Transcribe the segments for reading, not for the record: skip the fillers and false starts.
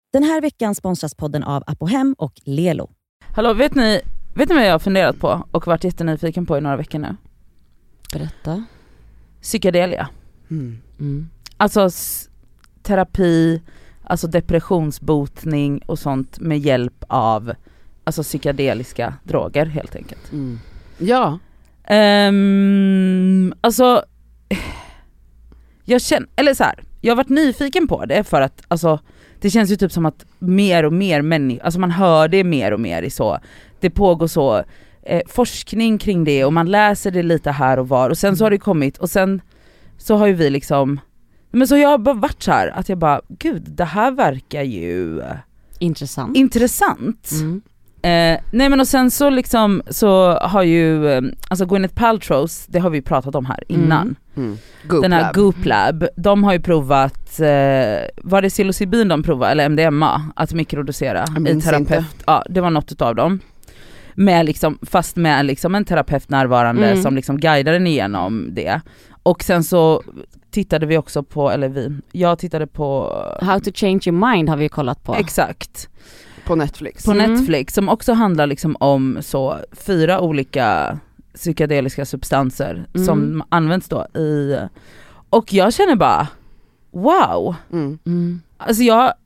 Den här veckan sponsras podden av Apohem och Lelo. Hallå, vet ni vad jag har funderat på och varit jättenyfiken på i några veckor nu? Berätta. Psykedelia. Alltså terapi, alltså depressionsbotning och sånt med hjälp av alltså psykedeliska droger helt enkelt. Ja. Alltså jag har varit nyfiken på det för att alltså det känns ju typ som att mer och mer människor, alltså man hör det mer och mer i så, det pågår så forskning kring det och man läser det lite här och var och sen så har det kommit och sen så har ju vi liksom, men så jag har bara varit så här att jag bara, gud det här verkar ju intressant. Nej men och sen så liksom så har ju alltså Gwyneth Paltrows, det har vi pratat om här innan. Den här Goop Lab, de har ju provat var det psilocybin de provade eller MDMA att mikrodosera i terapeut. Ja, det var något utav dem. Med liksom, fast med liksom en terapeut närvarande som liksom guidade den igenom det. Och sen så tittade vi också på, jag tittade på How to Change Your Mind har vi kollat på. Exakt. På Netflix. På Netflix som också handlar liksom om så 4 olika psykedeliska substanser som används då i, och jag känner bara wow. Alltså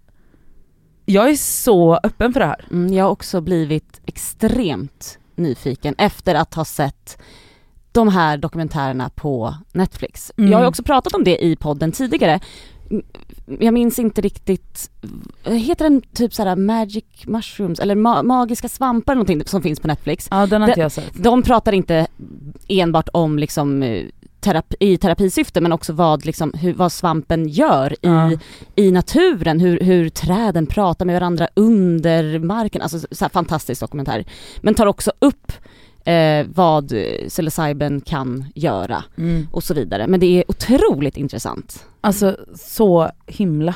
jag är så öppen för det här. Jag har också blivit extremt nyfiken efter att ha sett de här dokumentärerna på Netflix. Jag har ju också pratat om det i podden tidigare. Jag minns inte riktigt, heter den typ såhär Magic Mushrooms eller magiska svampar eller någonting som finns på Netflix. Ja, den har inte jag sett. De pratar inte enbart om liksom i terapisyfte men också vad svampen gör i naturen, hur träden pratar med varandra under marken, alltså så här fantastisk dokumentär. Men tar också upp vad psilocybin kan göra och så vidare. Men det är otroligt intressant. Alltså så himla.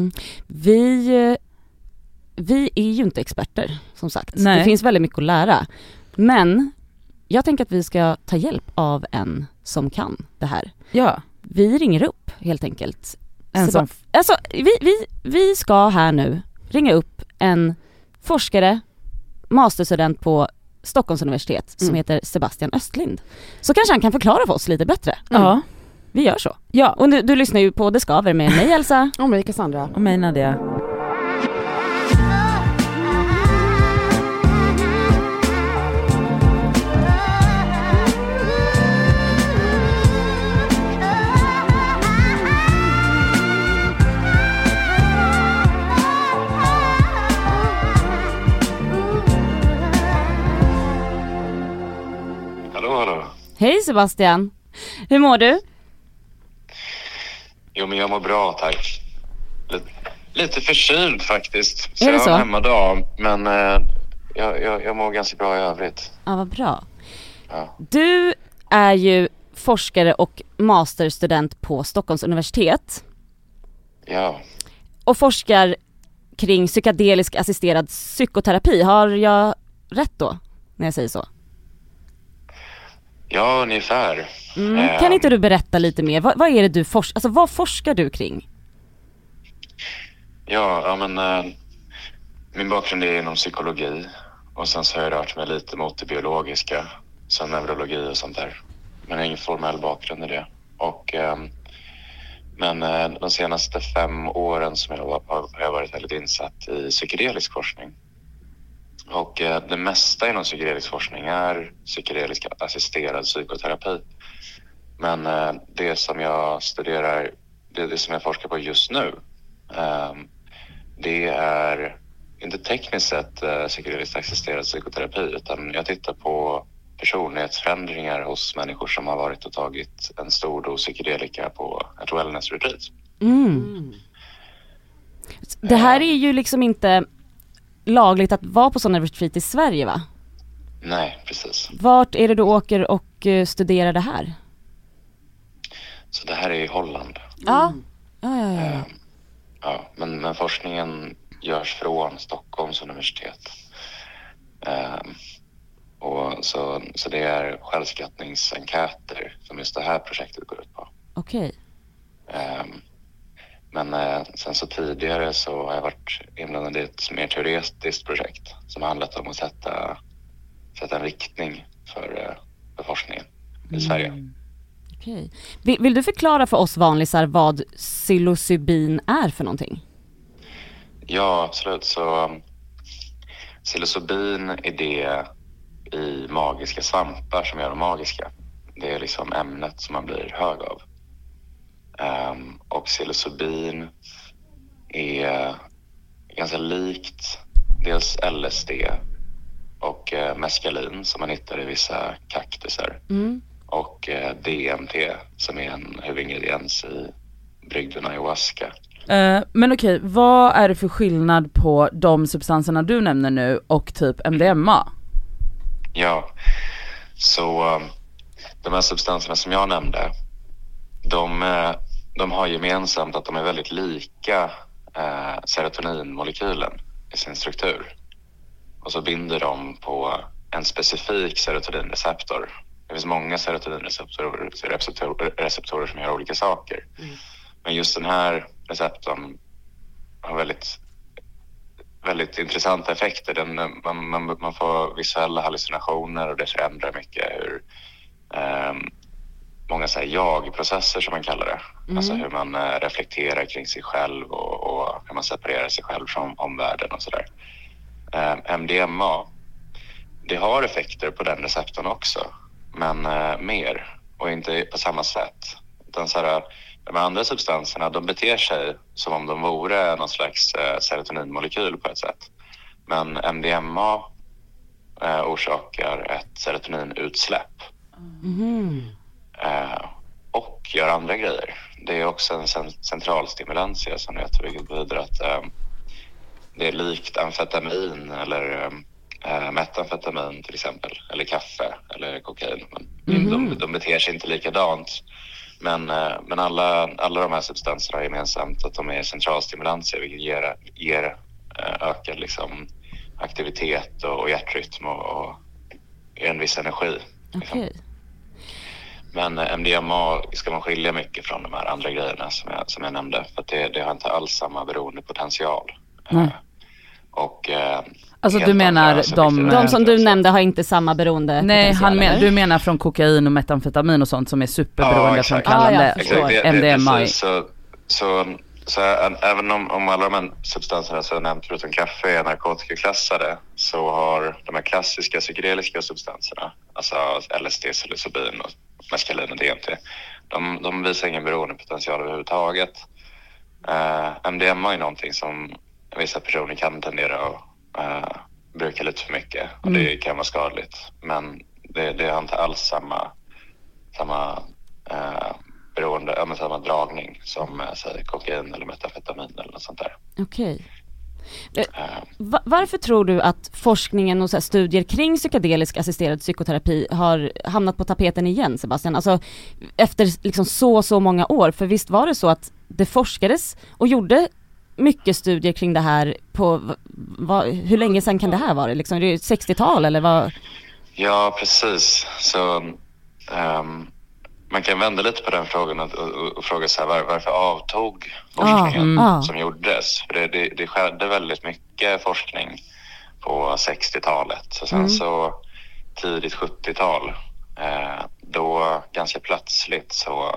Vi är ju inte experter som sagt. Nej. Det finns väldigt mycket att lära. Men jag tänker att vi ska ta hjälp av en som kan det här. Ja. Vi ringer upp helt enkelt. Alltså vi ska här nu ringa upp en forskare, masterstudent på Stockholms universitet som heter Sebastian Östlind. Så kanske han kan förklara för oss lite bättre. Ja. Vi gör så. Ja. Och du lyssnar ju på Det Skaver med mig Elsa. Och mig Cassandra. Och mig Nadia. Hallå. Hej Sebastian. Hur mår du? Jo, men jag mår bra, tack. Lite förkyld faktiskt. Är det jag så? har en hemmadag, men jag mår ganska bra i övrigt. Ja, vad bra. Ja. Du är ju forskare och masterstudent på Stockholms universitet. Ja. Och forskar kring psykedelisk assisterad psykoterapi. Har jag rätt då när jag säger så? Ja, ungefär. Kan inte du berätta lite mer? Vad är det du forskar? Alltså vad forskar du kring? Ja, men min bakgrund är inom psykologi. Och sen så har jag rört mig lite mot det biologiska. Sen neurologi och sånt där. Men jag har ingen formell bakgrund i det. Och men de senaste 5 åren som har jag varit väldigt insatt i psykedelisk forskning. Och det mesta inom psykedelisk forskning är psykedelisk assisterad psykoterapi. Men det som jag studerar, det som jag forskar på just nu, det är inte tekniskt sett psykedeliskt assisterad psykoterapi, utan jag tittar på personlighetsförändringar hos människor som har varit och tagit en stor dos psykedelika på ett wellness retreat. Det här är ju liksom inte lagligt att vara på sådana retreat i Sverige, va? Nej, precis. Vart är det du åker och studerar det här? Så det här är i Holland. Ja. Ja, men forskningen görs från Stockholms universitet. Och så det är självskattningsenkäter som just det här projektet går ut på. Okej. Men sen så tidigare så har jag varit inblandad men det är ett mer teoretiskt projekt som handlat om att sätta en riktning för forskningen i Sverige. Okej. Vill du förklara för oss vanlisar vad psilocybin är för någonting? Ja, absolut. Så psilocybin är det i magiska svampar som gör dem magiska. Det är liksom ämnet som man blir hög av. Och psilocybin är ganska likt dels LSD och meskalin som man hittar i vissa kaktusar. Och DMT som är en huvudingrediens i brygden ayahuasca. Men okej, vad är det för skillnad på de substanserna du nämner nu och typ MDMA? Ja, så de här substanserna som jag nämnde, de har gemensamt att de är väldigt lika serotoninmolekylen i sin struktur. Och så binder de på en specifik serotoninreceptor. Det finns många serotoninreceptorer som gör olika saker. Men just den här receptorn har väldigt, väldigt intressanta effekter. Man får visuella hallucinationer och det förändrar mycket hur många så här jag-processer som man kallar det. Alltså hur man reflekterar kring sig själv och hur man separerar sig själv från omvärlden och sådär. MDMA, det har effekter på den receptorn också, men mer och inte på samma sätt. Utan så här, de andra substanserna, de beter sig som om de vore någon slags serotoninmolekyl på ett sätt. Men MDMA orsakar ett serotoninutsläpp. Och gör andra grejer. Det är också en centralstimulantia som jag tror betyder att det är likt amfetamin eller metamfetamin till exempel, eller kaffe eller kokain. Men de beter sig inte likadant. Men alla de här substanserna har gemensamt att de är centralstimulanser, vilket ger ökad liksom aktivitet och hjärtrytm och en viss energi. Liksom. Okay. Men MDMA ska man skilja mycket från de här andra grejerna som jag nämnde, för att det har inte alls samma beroendepotential. Och alltså du menar de som du nämnde har inte samma beroende? Nej, du menar från kokain och metamfetamin och sånt som är superberoende från kallande MDMA. Så även om alla de här substanserna som jag nämnt förutom kaffe är narkotikaklassade, så har de här klassiska psykedeliska substanserna, alltså LSD, psilocybin och meskalin och DMT, de visar ingen beroendepotential överhuvudtaget. MDMA är någonting som vissa personer kan tendera att bruka lite för mycket och det kan vara skadligt, men det har inte alls samma beroende, samma dragning som säg kokain eller metamfetamin eller något sånt där. Okej. Varför tror du att forskningen och så här studier kring psykedelisk assisterad psykoterapi har hamnat på tapeten igen, Sebastian? Alltså efter liksom så många år, för visst var det så att det forskades och gjorde mycket studier kring det här på hur länge sedan kan det här vara? Liksom, det är 60-tal eller vad? Ja, precis. Så man kan vända lite på den frågan och fråga sig varför avtog forskningen som gjordes? För det skedde väldigt mycket forskning på 60-talet. Så sen så tidigt 70-tal, då ganska plötsligt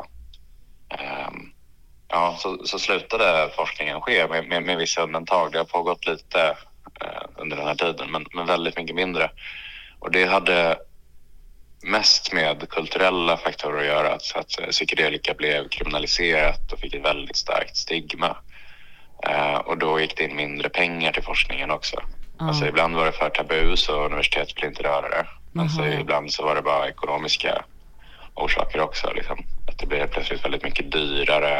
så slutade forskningen ske med vissa undantag. Det har pågått lite under den här tiden, men väldigt mycket mindre. Och det hade mest med kulturella faktorer att göra, att psykedelika blev kriminaliserat och fick ett väldigt starkt stigma. Och då gick det in mindre pengar till forskningen också. Alltså ibland var det för tabu så universitet ville inte röra det. Men så ibland så var det bara ekonomiska orsaker också. Liksom. Att det blev plötsligt väldigt mycket dyrare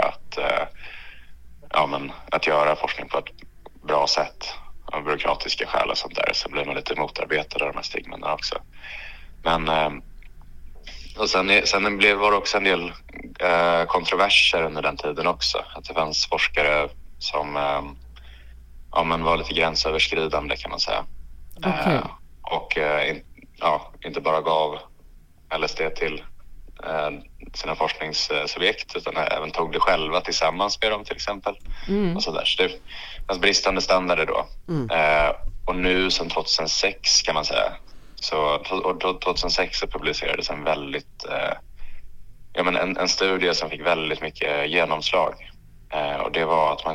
att göra forskning på ett bra sätt av byråkratiska skäl och sånt där. Så blev man lite motarbetad av de här stigmana också. Men och sen var det också en del kontroverser under den tiden också. Att det fanns forskare som var lite gränsöverskridande kan man säga. Okay. Och inte bara gav LSD till sina forskningssubjekt, utan även tog det själva tillsammans med dem till exempel. Och så där. Så det fanns bristande standarder då. Och nu sedan 2006 kan man säga, så 2006 så publicerades en väldigt en studie som fick väldigt mycket genomslag. Och det var att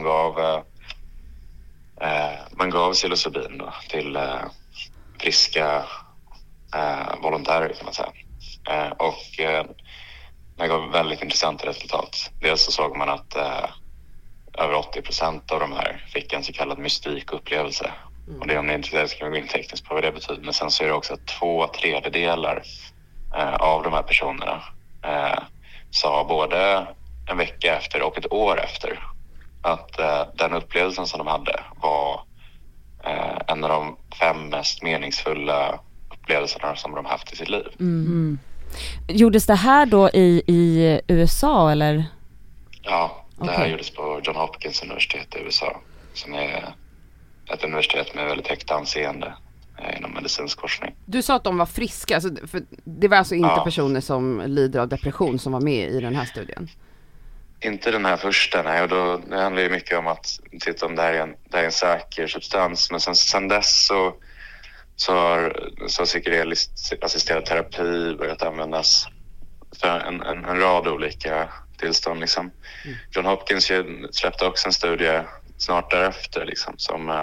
man gav psilocybin då till friska volontärer kan man säga. Och det gav väldigt intressanta resultat. Dels så såg man att över 80% av de här fick en så kallad mystikupplevelse. Och det, om ni är intresserade, ska vi gå in tekniskt på vad det betyder. Men sen så är det också att 2/3 av de här personerna sa både en vecka efter och ett år efter att den upplevelsen som de hade var en av de 5 mest meningsfulla upplevelserna som de haft i sitt liv. Gjordes det här då i USA eller? Ja, det här gjordes på John Hopkins universitet i USA, som är ett universitet med väldigt högt anseende inom medicinsk forskning. Du sa att de var friska, alltså, för det var alltså inte personer som lider av depression som var med i den här studien? Inte den här första, nej. Och det handlar ju mycket om att titta om det här är en säker substans. Men sen dess så har psykedelisk assisterad terapi börjat användas för en rad olika tillstånd. Liksom. John Hopkins släppte också en studie snart därefter liksom,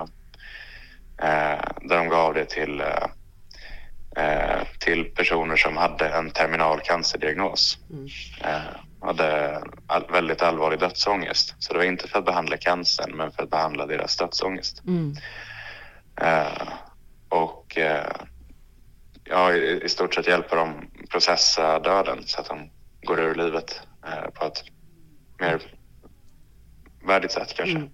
där de gav det till personer som hade en terminal cancerdiagnos. Hade väldigt allvarlig dödsångest. Så det var inte för att behandla cancern, men för att behandla deras dödsångest. I stort sett hjälper de processa döden så att de går ur livet på ett mer värdigt sätt kanske.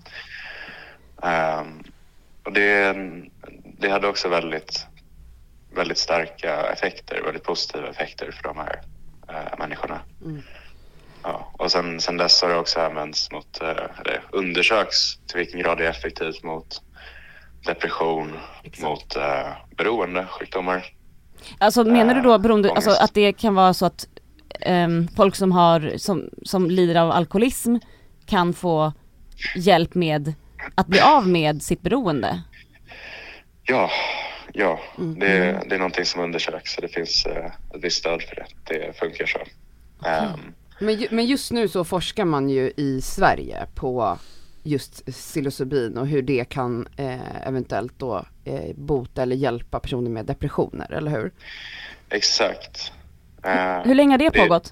Och det hade också väldigt, väldigt starka effekter, väldigt positiva effekter för de här människorna. Ja, och sen dess har det också använts mot, eller undersöks till vilken grad det är effektivt mot depression, mot beroende sjukdomar. Alltså menar du då beroende, alltså att det kan vara så att folk som lider av alkoholism kan få hjälp med att bli av med sitt beroende? Ja. Det är någonting som undersöks, så det finns ett visst stöd för det. Det funkar så. Men just nu så forskar man ju i Sverige på just psilocybin och hur det kan eventuellt då bota eller hjälpa personer med depressioner, eller hur? Exakt. Hur länge har det pågått?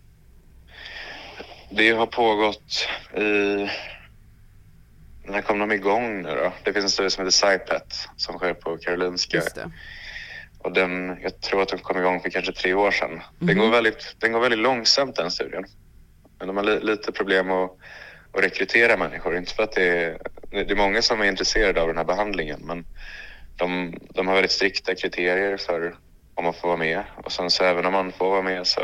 Det har pågått när kom de igång nu då? Det finns en studie som heter CyPET som sker på Karolinska. Just det. Och jag tror att de kom igång för kanske 3 år sedan. Den går väldigt långsamt, den studien. Men de har lite problem att rekrytera människor. Inte för att det är många som är intresserade av den här behandlingen. Men de har väldigt strikta kriterier för om man får vara med. Och sen så även om man får vara med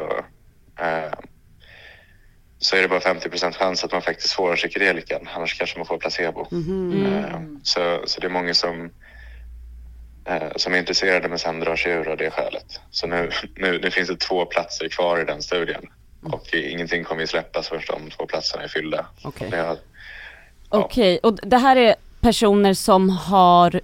så är det bara 50% chans att man faktiskt får psykedelikan. Annars kanske man får placebo. Så det är många som är intresserade men sen drar sig ur av det skälet. Så nu finns det 2 platser kvar i den studien. Och ingenting kommer ju släppas först om 2 platserna är fyllda. Okej, och det här är personer som har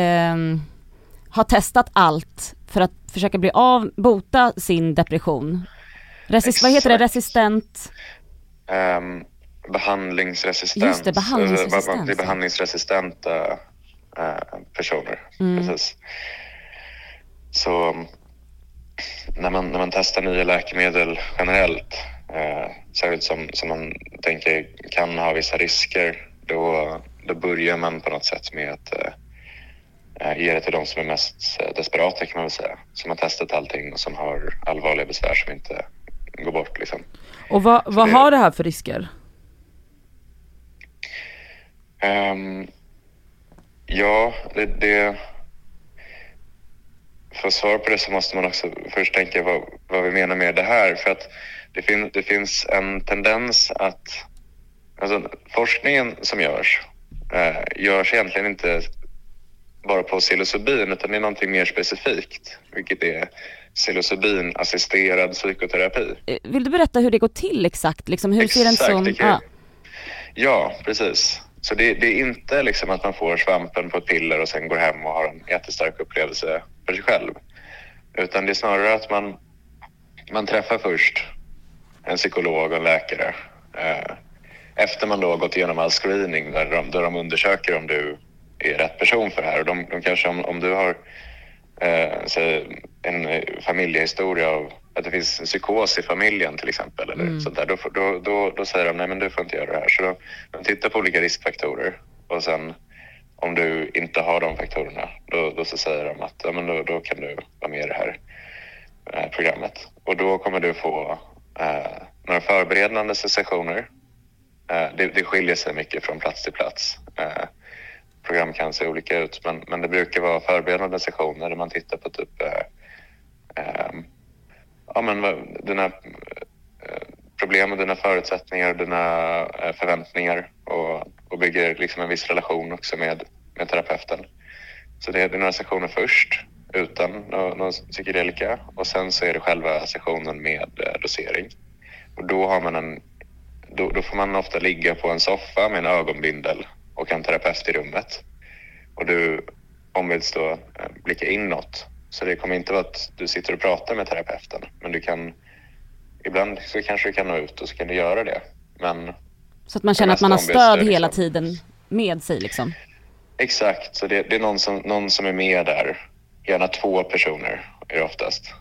testat allt för att försöka bota sin depression. Vad heter det? Resistent? Behandlingsresistent. Just det, behandlingsresistent. Det är behandlingsresistenta personer. Precis. Så när man testar nya läkemedel generellt, särskilt som man tänker kan ha vissa risker, då börjar man på något sätt med att ge det till de som är mest desperata, kan man väl säga. Som har testat allting och som har allvarliga besvär som inte går bort liksom. Och vad har det här för risker? För att svara på det så måste man också först tänka vad vi menar med det här. För att det finns en tendens att forskningen som görs egentligen inte bara på psilocybin, utan det är någonting mer specifikt, vilket är psilocybin-assisterad psykoterapi. Vill du berätta hur det går till exakt? Liksom, hur ser en sån... Ja, precis. Så det är inte liksom att man får svampen på ett piller och sen går hem och har en jättestark upplevelse för sig själv. Utan det är snarare att man träffar först en psykolog och en läkare. Efter man då har gått igenom all screening där de undersöker om du är rätt person för det här. Och de kanske, om du har en familjehistoria av att det finns en psykos i familjen till exempel, eller sånt där, då säger de nej, men du får inte göra det här. Så de tittar på olika riskfaktorer, och sen om du inte har de faktorerna, då så säger de att ja, men då kan du vara med i det här programmet. Och då kommer du få några förberedande sessioner. Det skiljer sig mycket från plats till plats. Program kan se olika ut, men det brukar vara förberedande sessioner där man tittar på typ dina problem och dina förutsättningar och dina förväntningar, och bygger liksom en viss relation också med terapeuten. Så det är några sessioner först utan någon psykedelika, och sen så är det själva sessionen med dosering. Och då har man då får man ofta ligga på en soffa med en ögonbindel och en terapeut i rummet. Och du ombeds då blicka inåt. Så det kommer inte vara att du sitter och pratar med terapeuten, men du kan ibland så kanske du kan nå ut och så kan du göra det. Men så att man känner att man har stöd hela tiden med sig liksom. Exakt, så det är någon som är med där. Gärna 2 personer är det oftast.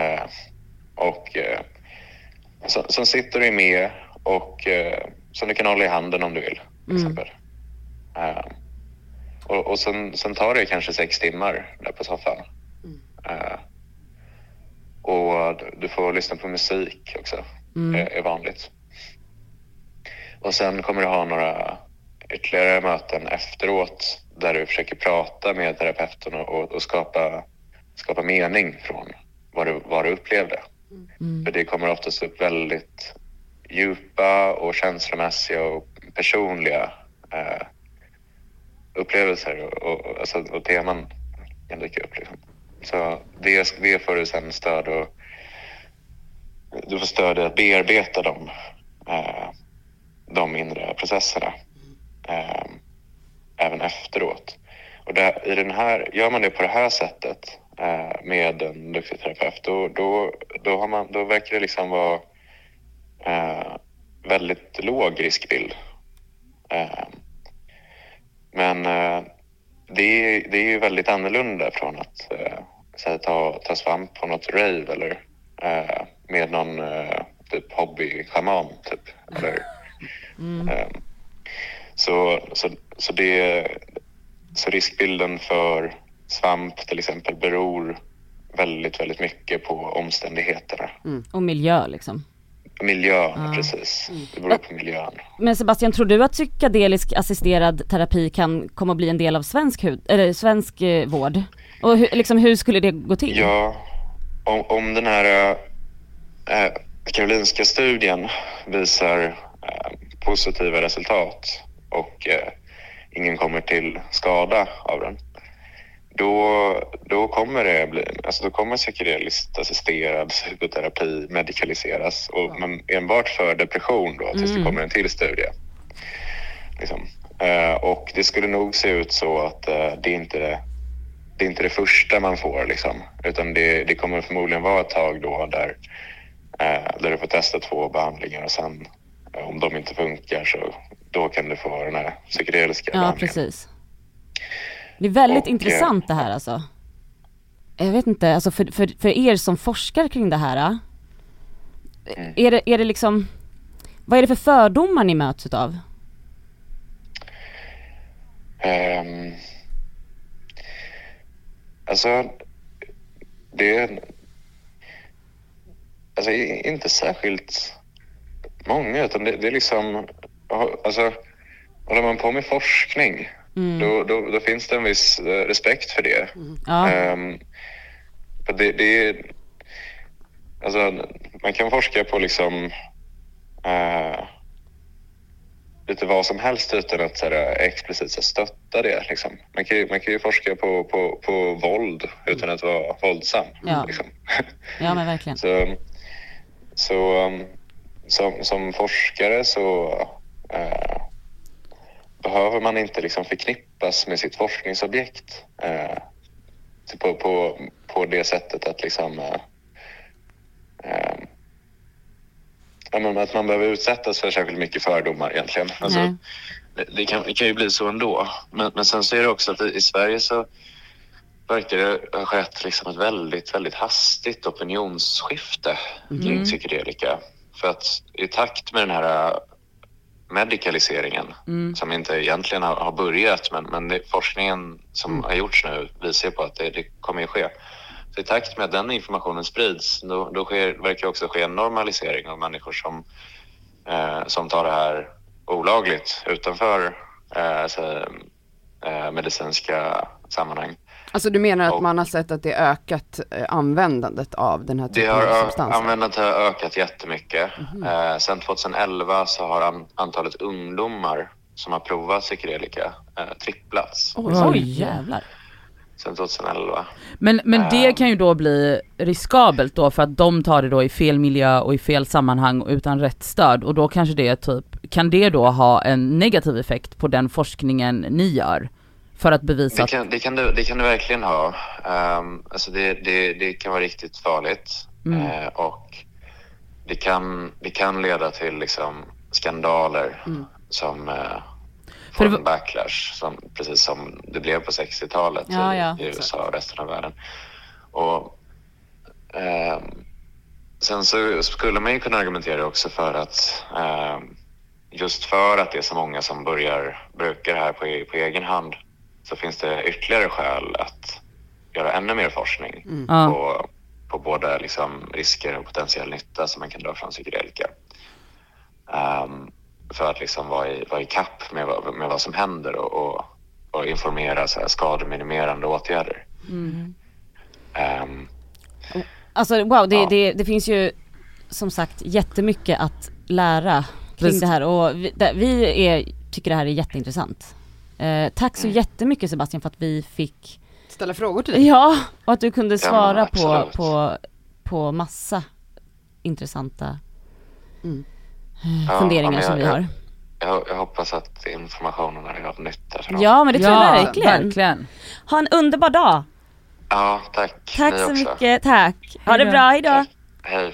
Som sitter och är med och som du kan hålla i handen om du vill, till exempel. Och sen tar det kanske 6 timmar där på soffan. Och du får lyssna på musik också, är vanligt. Och sen kommer du ha några ytterligare möten efteråt där du försöker prata med terapeuten och skapa mening från vad du upplevde. För det kommer oftast upp väldigt djupa och känslomässiga och personliga upplevelser och teman kan dyka upp liksom. Så det får du sen stöd, och du får stöd att bearbeta de inre processerna även efteråt. Och i den här, gör man det på det här sättet med en duktig terapeut, då verkar det liksom vara väldigt låg riskbild. Men det är ju väldigt annorlunda från att ta svamp på något rave eller med någon typ hobby-schaman typ. Eller, så riskbilden för svamp till exempel beror väldigt, väldigt mycket på omständigheterna. Och miljö liksom. Miljön, precis. Det beror på miljön. Men Sebastian, tror du att psykedelisk assisterad terapi kan komma att bli en del av svensk vård? Och hur skulle det gå till? Ja, om den här Karolinska studien visar positiva resultat och ingen kommer till skada av den, då kommer det bli, alltså då kommer psykedeliskt assisterad psykoterapi medikaliseras, men enbart för depression då, tills det kommer en till studie. Liksom. Och det skulle nog se ut så att det är inte det första man får liksom, utan det kommer förmodligen vara ett tag då där du får testa 2 behandlingar, och sen om de inte funkar så då kan du få den här psykedeliska behandlingen. Ja, precis. Det är väldigt intressant det här alltså. Jag vet inte, alltså för er som forskar kring det här, är det liksom, vad är det för fördomar ni möts utav? Alltså det alltså inte särskilt många, utan det är liksom, alltså håller man på med forskning då finns det en viss respekt för det. För det är, alltså man kan forska på liksom lite vad som helst utan att så här, explicit så stötta det. Liksom. Man kan ju forska på våld utan att vara våldsam. Ja, liksom. Ja men verkligen. Som forskare så behöver man inte liksom förknippas med sitt forskningsobjekt på det sättet att liksom att man behöver utsättas för särskilt mycket fördomar egentligen. Alltså, det kan ju bli så ändå. Men sen så är det också att i Sverige så verkar det ha skett liksom ett väldigt, väldigt hastigt opinionsskifte kring psykedelika. För att i takt med den här medikaliseringen som inte egentligen har börjat men forskningen som har gjorts nu visar på att det kommer att ske. Så i takt med att den informationen sprids då verkar också ske en normalisering av människor som tar det här olagligt utanför medicinska sammanhang. Alltså du menar att man har sett att det ökat användandet av den här typen av substanser? Användandet har ökat jättemycket. Sen 2011 så har antalet ungdomar som har provat psykedelika tripplats. Oj jävlar. Sen 2011. Men det kan ju då bli riskabelt då för att de tar det då i fel miljö och i fel sammanhang och utan rätt stöd och då kanske det kan det då ha en negativ effekt på den forskningen ni gör för att bevisa det kan det verkligen ha. Alltså det kan vara riktigt farligt och det kan leda till liksom skandaler som får en backlash precis som det blev på 60-talet i USA och resten av världen. Och sen så skulle man ju kunna argumentera också för att just för att det är så många som börjar bruka det här på egen hand så finns det ytterligare skäl att göra ännu mer forskning på både liksom risker och potentiell nytta som man kan dra från psykedelika. För att liksom vara i kapp med vad som händer och informera så här skademinimerande åtgärder. Alltså wow, det finns ju som sagt jättemycket att lära kring det här och vi tycker det här är jätteintressant. Tack så jättemycket Sebastian för att vi fick ställa frågor till dig. Ja, och att du kunde svara på massa intressanta funderingar som vi har. Jag hoppas att informationen har gjort nytta för dem. Ja, men det tror jag verkligen. Ha en underbar dag. Ja, tack. Tack så mycket, tack. Ha det bra, hejdå. Tack. Hej.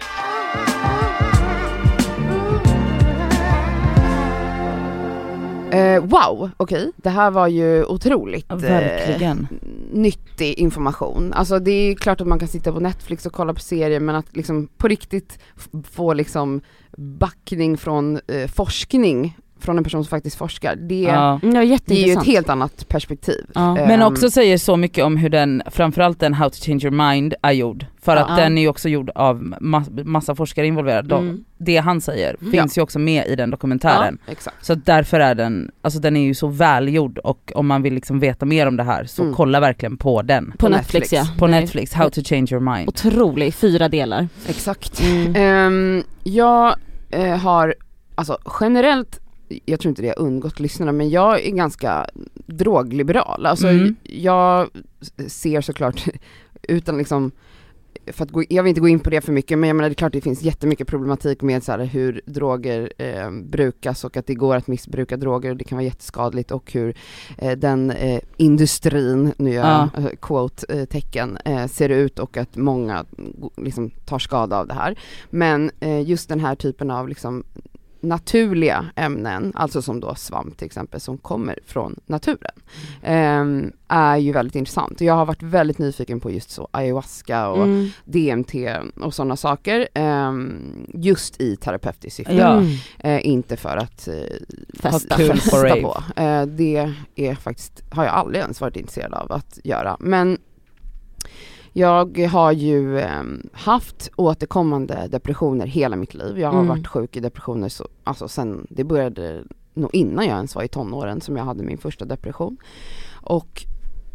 Wow, okej. Det här var ju otroligt verkligen nyttig information. Alltså det är klart att man kan sitta på Netflix och kolla på serier men att liksom på riktigt få liksom backning från forskning från en person som faktiskt forskar. Det ger ju ett helt annat perspektiv. Men också säger så mycket om hur framförallt den How to Change Your Mind är gjord. För att den är ju också gjord av massa forskare involverade. Det han säger finns ju också med i den dokumentären. Exakt. Så därför är den är ju så välgjord och om man vill liksom veta mer om det här så kolla verkligen på den. På Netflix, ja. På Netflix, How to Change Your Mind. Otrolig, 4 delar. Exakt. Jag har, alltså generellt, jag tror inte det har undgått lyssnarna, men jag är ganska drogliberal. Alltså jag ser såklart utan liksom för att jag vill inte gå in på det för mycket, men jag menar det är klart det finns jättemycket problematik med så här, hur droger brukas och att det går att missbruka droger och det kan vara jätteskadligt och hur den industrin, nu gör jag quote-tecken, ser ut och att många liksom tar skada av det här. Men just den här typen av liksom naturliga ämnen, alltså som då svamp till exempel, som kommer från naturen, är ju väldigt intressant. Jag har varit väldigt nyfiken på just så ayahuasca och DMT och sådana saker, just i terapeutiskt syfte. Inte för att festa på. Det är faktiskt, har jag aldrig ens varit intresserad av att göra. Men jag har ju haft återkommande depressioner hela mitt liv. Jag har varit sjuk i depressioner alltså sen det började nog innan jag ens var i tonåren som jag hade min första depression. Och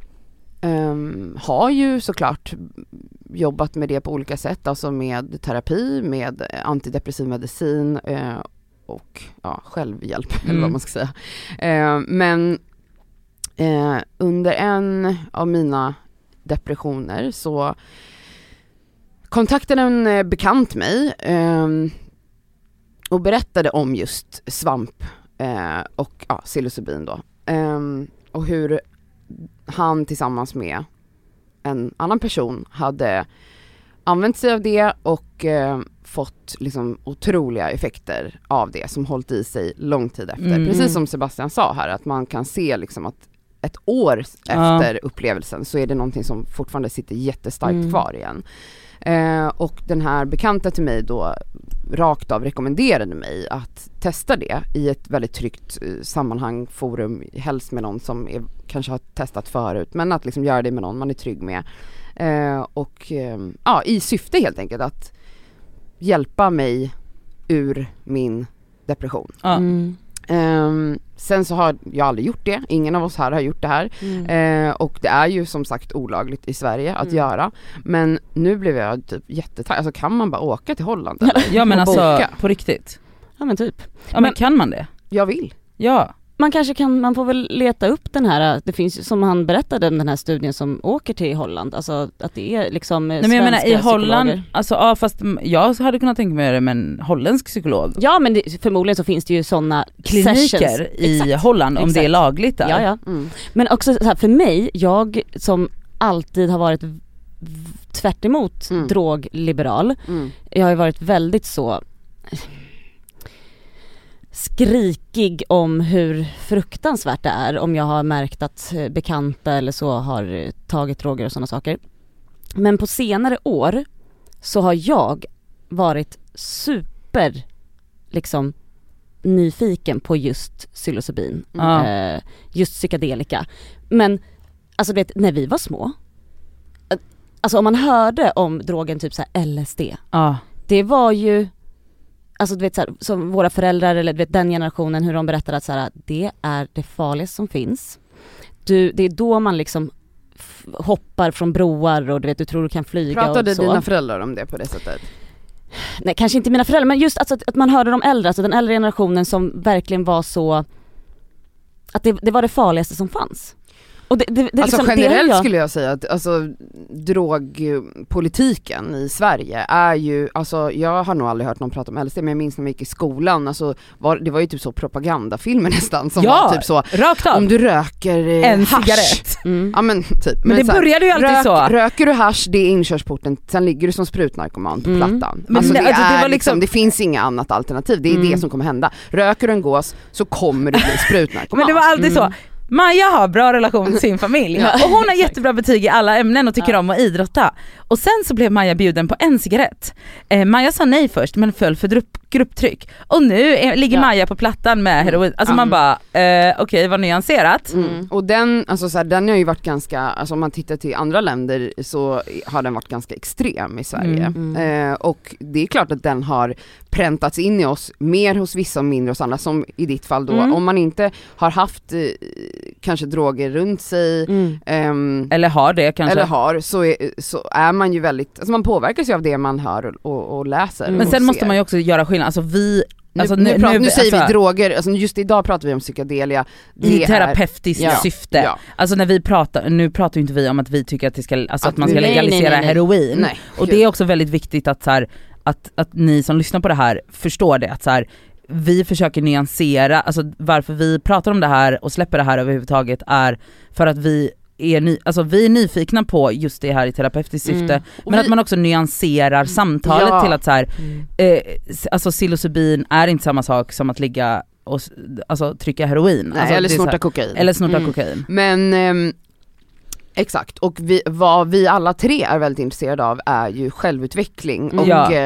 har ju såklart jobbat med det på olika sätt, alltså med terapi, med antidepressiv medicin och självhjälp eller vad man ska säga. Men under en av mina depressioner så kontaktade en bekant mig och berättade om just svamp och psilocybin då. Och hur han tillsammans med en annan person hade använt sig av det och fått liksom otroliga effekter av det som hållit i sig lång tid efter. Precis som Sebastian sa här, att man kan se liksom att ett år efter upplevelsen så är det någonting som fortfarande sitter jättestarkt kvar igen. Och den här bekanta till mig då rakt av rekommenderade mig att testa det i ett väldigt tryggt sammanhang, forum, helst med någon som kanske har testat förut, men att liksom göra det med någon man är trygg med. I syfte helt enkelt att hjälpa mig ur min depression. Sen så har jag aldrig gjort det. Ingen av oss här har gjort det här. Och det är ju som sagt olagligt i Sverige att göra. Men nu blev jag typ jättetaggad. Alltså kan man bara åka till Holland? Eller? Ja men alltså på riktigt. Ja men typ. Ja men kan man det? Jag vill. Ja. Man kanske kan, man får väl leta upp den här, det finns som han berättade om den här studien som åker till Holland, alltså att det är liksom nej, men jag menar i Holland, alltså fast jag hade kunnat tänka mig det med en holländsk psykolog. Ja men förmodligen så finns det ju sådana kliniker i Holland om det är lagligt där. Ja. Men också så här, för mig, jag som alltid har varit tvärt emot drogliberal, jag har ju varit väldigt så skrikig om hur fruktansvärt det är om jag har märkt att bekanta eller så har tagit droger och sådana saker. Men på senare år så har jag varit super liksom nyfiken på just psilocybin, just psykedelika. Men alltså vet, när vi var små, alltså om man hörde om drogen typ så här LSD, det var ju alltså du vet så här, som våra föräldrar eller du vet, den generationen, hur de berättar att så här, det är det farligaste som finns. Det är då man liksom hoppar från broar och du vet, du tror du kan flyga. Pratade och så. Dina föräldrar om det på det sättet? Nej, kanske inte mina föräldrar, men just alltså, att man hörde de äldre, alltså den äldre generationen som verkligen var så att det var det farligaste som fanns. Och det alltså liksom, generellt skulle jag säga att alltså, drogpolitiken i Sverige är ju, alltså jag har nog aldrig hört någon prata om LSD, men jag minns när man gick i skolan, alltså, det var ju typ så propagandafilmer nästan som var typ så, rakt av. Om du röker en hasch, cigarett. Ja men typ. Men det så här, började ju alltid så. Röker du hasch, det är inkörsporten, sen ligger du som sprutnarkoman på plattan. Men alltså, det var liksom, det finns inga annat alternativ, det är det som kommer hända. Röker du en gås så kommer du bli sprutnarkoman. Men det var alltid så. Maja har bra relation till sin familj och hon har jättebra betyg i alla ämnen och tycker om att idrotta. Och sen så blev Maja bjuden på en cigarett. Maja sa nej först men föll för grupptryck. Och nu ligger Maja på plattan med heroin. Alltså man bara, okej, vad nyanserat. Och den, alltså så här, den har ju varit ganska, alltså om man tittar till andra länder så har den varit ganska extrem i Sverige. Och det är klart att den har präntats in i oss, mer hos vissa och mindre hos andra, som i ditt fall då. Om man inte har haft kanske droger runt sig eller har det kanske, eller har, så är man ju väldigt, alltså man påverkas ju av det man hör och läser. Men sen måste man ju också göra skillnad, alltså vi alltså nu säger vi droger, alltså just idag pratar vi om psykedelia i terapeutiskt syfte. Ja. Alltså när vi pratar, nu pratar ju inte vi om att vi tycker att det ska, alltså att man ska legalisera heroin. Nej. Och det är också väldigt viktigt att så här, att ni som lyssnar på det här förstår det, att så här, vi försöker nyansera, alltså varför vi pratar om det här och släpper det här överhuvudtaget är för att vi är nyfikna på just det här i terapeutiskt syfte, men att man också nyanserar samtalet till att så här, alltså psilocybin är inte samma sak som att ligga och alltså trycka heroin. Nej, alltså, eller snorta kokain. Eller snorta kokain. Men exakt, och vad vi alla tre är väldigt intresserade av är ju självutveckling och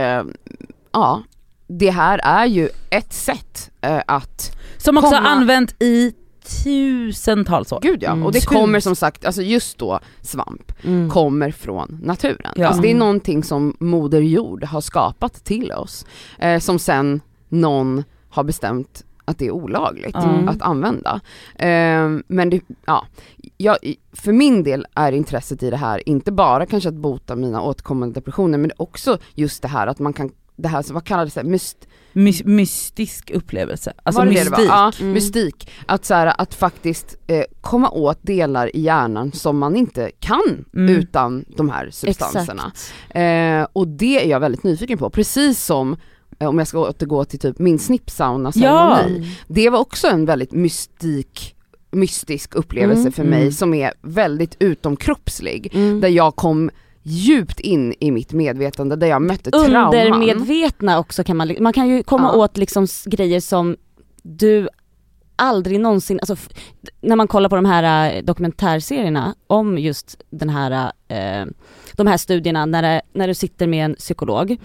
det här är ju ett sätt att som också använt i tusentals år. Gud ja, och det kommer som sagt, alltså just då svamp kommer från naturen. Alltså det är någonting som Moder Jord har skapat till oss, som sen någon har bestämt att det är olagligt att använda. Men det, för min del är intresset i det här inte bara kanske att bota mina återkommande depressioner, men också just det här att man kan det här, vad kallar det så här, mystisk upplevelse. Alltså var det mystik. Det var? Ja, mystik. Att, så här, att faktiskt komma åt delar i hjärnan som man inte kan utan de här substanserna. Och det är jag väldigt nyfiken på. Precis som om jag ska återgå till typ min snippsauna-ceremoni. Det var också en väldigt mystisk upplevelse för mig som är väldigt utomkroppslig. Där jag kom djupt in i mitt medvetande, där jag mötte trauman. Undermedvetna också kan man kan ju komma åt liksom grejer som du aldrig någonsin, alltså när man kollar på de här dokumentärserierna om just den här de här studierna när du sitter med en psykolog,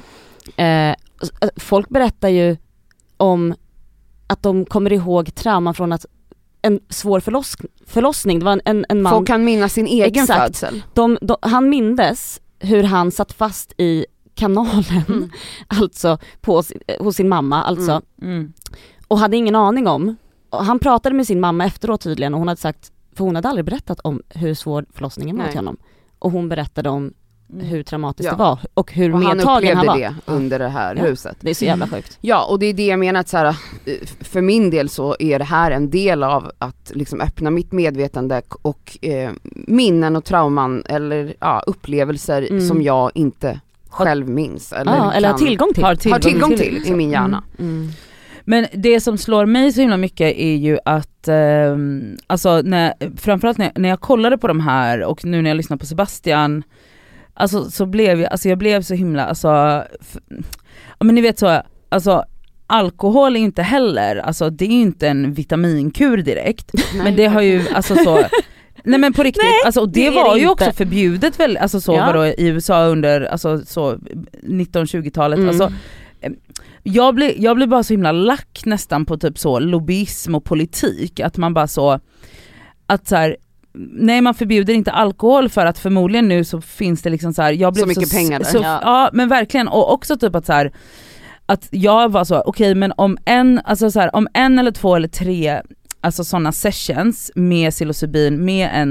folk berättar ju om att de kommer ihåg trauman från att en svår förlossning. Det var en man. Folk kan minnas sin egen födsel. Han mindes hur han satt fast i kanalen, alltså hos sin mamma, alltså. Och hade ingen aning om. Och han pratade med sin mamma efteråt tydligen, och hon hade sagt, för hon hade aldrig berättat om hur svår förlossningen var till honom. Och hon berättade om hur traumatiskt det var och hur medtagen han var. Det under det här huset. Det är så jävla sjukt. Ja, och det är det jag menar, att så här, för min del så är det här en del av att liksom öppna mitt medvetande och minnen och trauman eller upplevelser som jag inte själv minns eller har tillgång till i min hjärna. Men det som slår mig så himla mycket är ju att alltså framförallt när jag kollade på de här och nu när jag lyssnar på Sebastian, alltså så blev jag blev så himla, alltså men ni vet så, alltså alkohol är inte heller, alltså det är ju inte en vitaminkur direkt. Nej. Men det har ju alltså så nej men på riktigt, alltså, och det var ju inte också förbjudet väl, alltså så vadå, i USA under alltså så 1920-talet. Alltså jag blir bara så himla lack nästan på typ så lobbyism och politik, att man bara så att så här, nej, man förbjuder inte alkohol för att förmodligen nu så finns det liksom så här, jag blev så mycket pengar där. Ja, men verkligen, och också typ att så här, att jag var så okej, men om en eller två eller tre alltså sådana sessions med psilocybin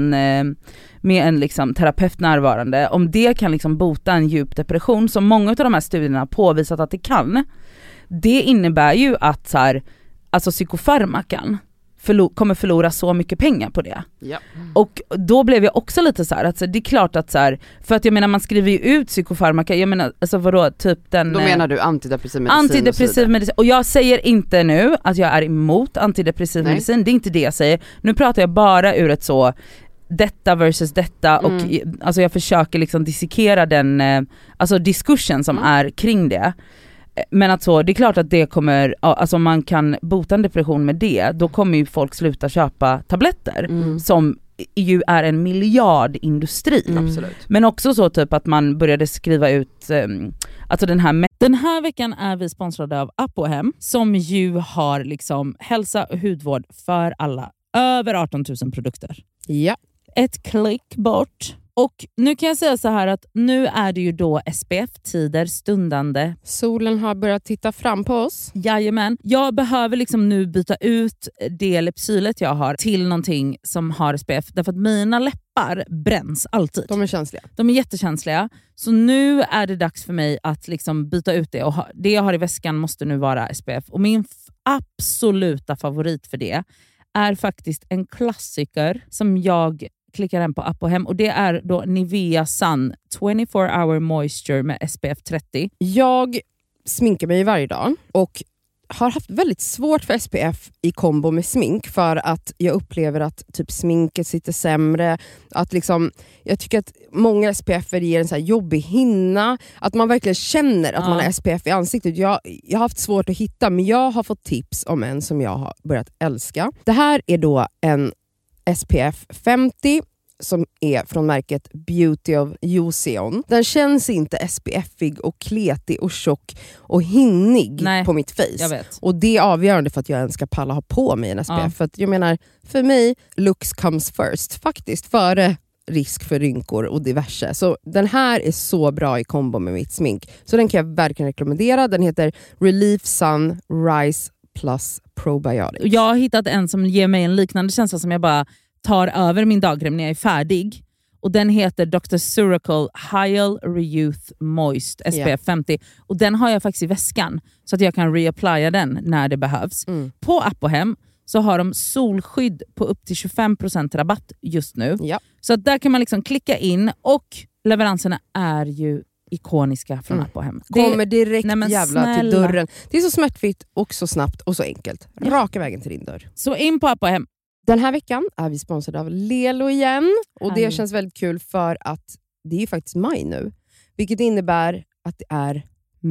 med en liksom terapeut närvarande, om det kan liksom bota en djup depression, som många av de här studierna har påvisat att det kan, det innebär ju att så här, alltså psykofarmakan kommer förlora så mycket pengar på det. Ja. Och då blev jag också lite så här, att det är klart att så här, för att jag menar man skriver ju ut psykofarmaka, jag menar alltså vadå, typ den... Då menar du antidepressiv medicin. Och jag säger inte nu att jag är emot antidepressiv medicin, det är inte det jag säger. Nu pratar jag bara ur ett så detta versus detta och alltså jag försöker liksom dissekera den alltså diskursen som är kring det. Men att så, det är klart att det kommer, alltså om man kan bota en depression med det, då kommer ju folk sluta köpa tabletter som ju är en miljardindustri. Absolut. Men också så typ att man började skriva ut alltså den här veckan är vi sponsrade av Apohem, som ju har liksom hälsa och hudvård för alla, över 18 000 produkter. Ja. Ett klick bort. Och nu kan jag säga så här att nu är det ju då SPF-tider stundande. Solen har börjat titta fram på oss. Jajamän. Jag behöver liksom nu byta ut det Lypsylet jag har till någonting som har SPF. Därför att mina läppar bränns alltid. De är känsliga. De är jättekänsliga. Så nu är det dags för mig att liksom byta ut det. Och det jag har i väskan måste nu vara SPF. Och min absoluta favorit för det är faktiskt en klassiker som jag klickar den på Apohem, och det är då Nivea Sun 24 Hour Moisture med SPF 30. Jag sminkar mig varje dag och har haft väldigt svårt för SPF i kombo med smink, för att jag upplever att typ sminket sitter sämre, att liksom, jag tycker att många SPF ger en så här jobbig hinna, att man verkligen känner att man har SPF i ansiktet. Jag har haft svårt att hitta, men jag har fått tips om en som jag har börjat älska. Det här är då en SPF 50 som är från märket Beauty of Joseon. Den känns inte SPF-ig och kletig och tjock och hinnig på mitt face. Jag vet. Och det är avgörande för att jag ens ska palla ha på mig en SPF. För att jag menar, för mig, looks comes first. Faktiskt före risk för rynkor och diverse. Så den här är så bra i kombo med mitt smink. Så den kan jag verkligen rekommendera. Den heter Relief Sun Rise Plus Probiotics. Jag har hittat en som ger mig en liknande känsla, som jag bara tar över min dagkräm när jag är färdig. Och den heter Dr. Suracle Hyal Reyouth Moist SPF 50. Och den har jag faktiskt i väskan. Så att jag kan reapplya den när det behövs. På Apohem så har de solskydd på upp till 25% rabatt just nu. Ja. Så att där kan man liksom klicka in. Och leveranserna är ju ikoniska från Apohem. Kommer direkt till dörren. Det är så smärtfritt och så snabbt och så enkelt. Raka vägen till din dörr. Så in på Apohem. Den här veckan är vi sponsrade av Lelo igen. Och det känns väldigt kul för att det är ju faktiskt maj nu. Vilket innebär att det är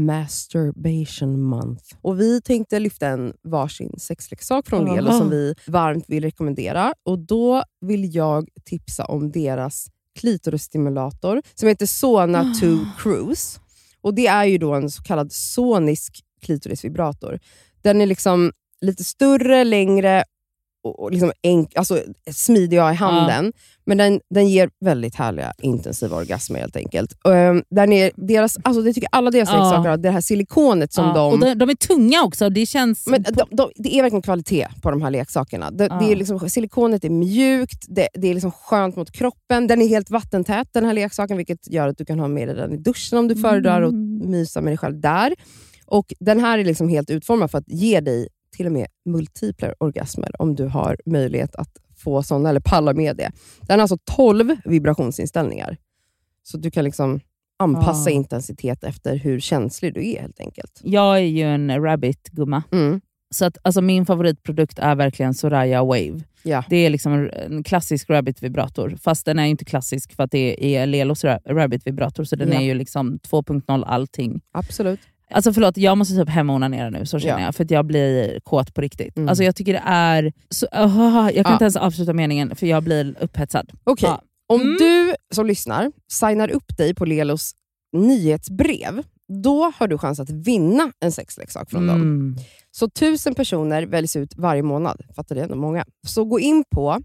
Masturbation Month. Och vi tänkte lyfta en varsin sexleksak från Lelo som vi varmt vill rekommendera. Och då vill jag tipsa om deras klitorisstimulator som heter Sona 2 Cruise. Och det är ju då en så kallad sonisk klitorisvibrator. Den är liksom lite större, längre och liksom alltså smidig i handen. Men den ger väldigt härliga intensiva orgasmer helt enkelt. Där är deras, alltså det tycker alla deras leksaker har, det här silikonet som och de är tunga också. Det känns... Men det är verkligen kvalitet på de här leksakerna. Det är liksom, silikonet är mjukt, det är liksom skönt mot kroppen. Den är helt vattentät den här leksaken, vilket gör att du kan ha med den i duschen om du föredrar och mysa med dig själv där. Och den här är liksom helt utformad för att ge dig till och med multipla orgasmer om du har möjlighet att få sådana eller palla med det. Den har alltså 12 vibrationsinställningar. Så du kan liksom anpassa intensitet efter hur känslig du är helt enkelt. Jag är ju en rabbit-gumma. Så att, alltså, min favoritprodukt är verkligen Soraya Wave. Ja. Det är liksom en klassisk rabbit-vibrator. Fast den är inte klassisk för att det är Lelos rabbit-vibrator. Så den är ju liksom 2.0 allting. Absolut. Alltså förlåt, jag måste typ hemonanera nu, så känner jag. För att jag blir kåt på riktigt. Alltså jag tycker det är... Så, jag kan inte ens avsluta meningen för jag blir upphetsad. Okej. Om du som lyssnar signar upp dig på Lelos nyhetsbrev, då har du chans att vinna en sexleksak från dem. Så 1000 personer väljs ut varje månad. Fattar det ändå många. Så gå in på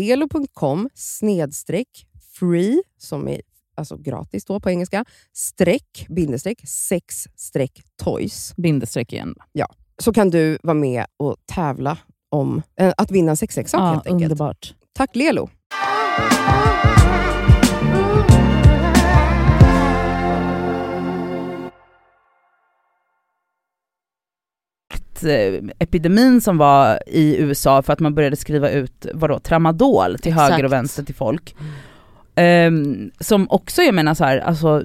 lelo.com/free, som är alltså gratis då på engelska, _sex_toys. Bindestreck igen. Ja, så kan du vara med och tävla om att vinna en sexleksak helt enkelt. Underbart. Tack Lelo. Epidemin som var i USA för att man började skriva ut tramadol till höger och vänster till folk. Som också, jag menar så här, alltså,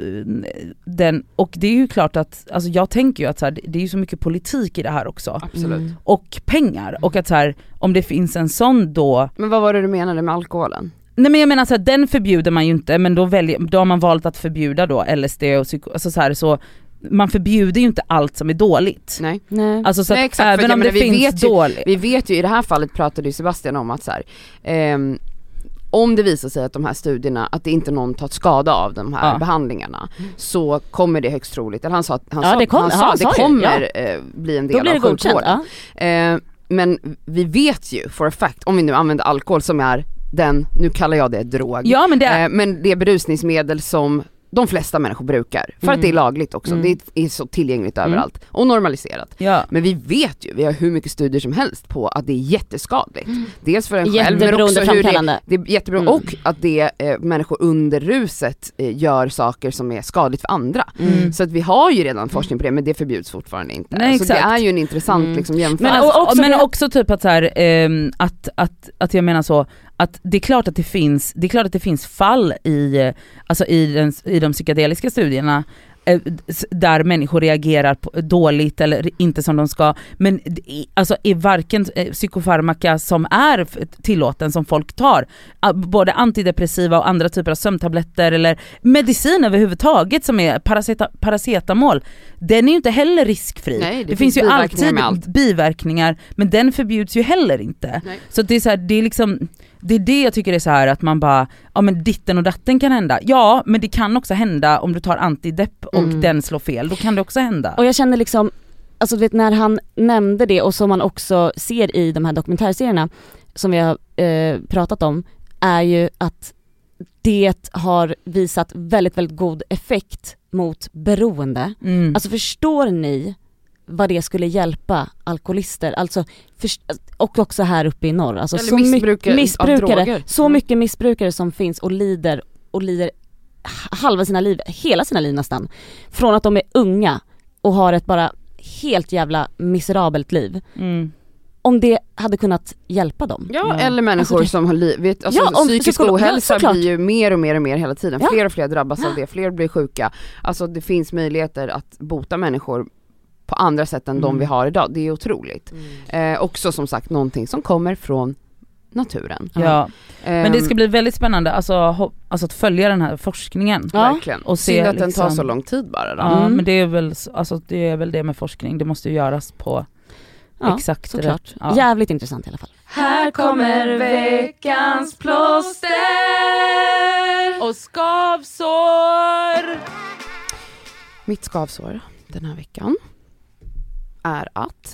och det är ju klart att alltså, jag tänker ju att så här, det är ju så mycket politik i det här också. Absolut. Och pengar, och att så här, om det finns en sån då... Men vad var det du menade med alkoholen? Nej, men jag menar så här, den förbjuder man ju inte, men då har man valt att förbjuda då LSD och alltså så här, så man förbjuder ju inte allt som är dåligt. Nej. Alltså så att exakt, även om det finns dåligt. Vi vet ju, i det här fallet pratade ju Sebastian om att så här, om det visar sig att de här studierna, att det inte någon tar skada av de här behandlingarna, så kommer det högst troligt, eller han sa det kommer bli en del av sjukvården. Men vi vet ju for a fact, om vi nu använder alkohol som är den, nu kallar jag det drog, men det är berusningsmedel som de flesta människor brukar. För att det är lagligt också. Det är så tillgängligt överallt. Och normaliserat. Ja. Men vi vet ju, vi har hur mycket studier som helst på att det är jätteskadligt. Dels för en själv, men också hur det är jätteberoende. Och att det människor under ruset gör saker som är skadligt för andra. Så att vi har ju redan forskning på det, men det förbjuds fortfarande inte. Nej, så det är ju en intressant liksom, jämförelse. Men också typ att så här, att jag menar så, att det är klart att det finns fall i de psykedeliska studierna där människor reagerar dåligt eller inte som de ska, men alltså är varken psykofarmaka som är tillåten som folk tar, både antidepressiva och andra typer av sömntabletter eller medicin överhuvudtaget som är paracetamol, den är ju inte heller riskfri. Nej, det finns ju alltid biverkningar, men den förbjuds ju heller inte. Nej. Så det är så här, det är liksom, det är det jag tycker är så här, att man bara, ja men ditten och datten kan hända. Ja, men det kan också hända om du tar antidepp och den slår fel. Då kan det också hända. Och jag känner liksom, alltså du vet, när han nämnde det, och som man också ser i de här dokumentärserierna som vi har pratat om, är ju att det har visat väldigt, väldigt god effekt mot beroende. Alltså förstår ni vad det skulle hjälpa alkoholister, alltså och också här uppe i norr, alltså så mycket missbrukare som finns och lider och lider halva sina liv, hela sina liv nästan, från att de är unga och har ett bara helt jävla miserabelt liv. Om det hade kunnat hjälpa dem. Ja, eller människor som har psykisk ohälsa blir ju mer och mer hela tiden. Fler och fler drabbas av det, fler blir sjuka. Alltså det finns möjligheter att bota människor på andra sätt än de vi har idag. Det är otroligt. Också som sagt någonting som kommer från naturen. Ja. Men det ska bli väldigt spännande alltså att följa den här forskningen. Verkligen. Och se synd att den tar så lång tid bara då. Ja, men det är väl det med forskning. Det måste göras på exakt rätt. Ja. Jävligt intressant i alla fall. Här kommer veckans plåster och skavsår. Mitt skavsår den här veckan är att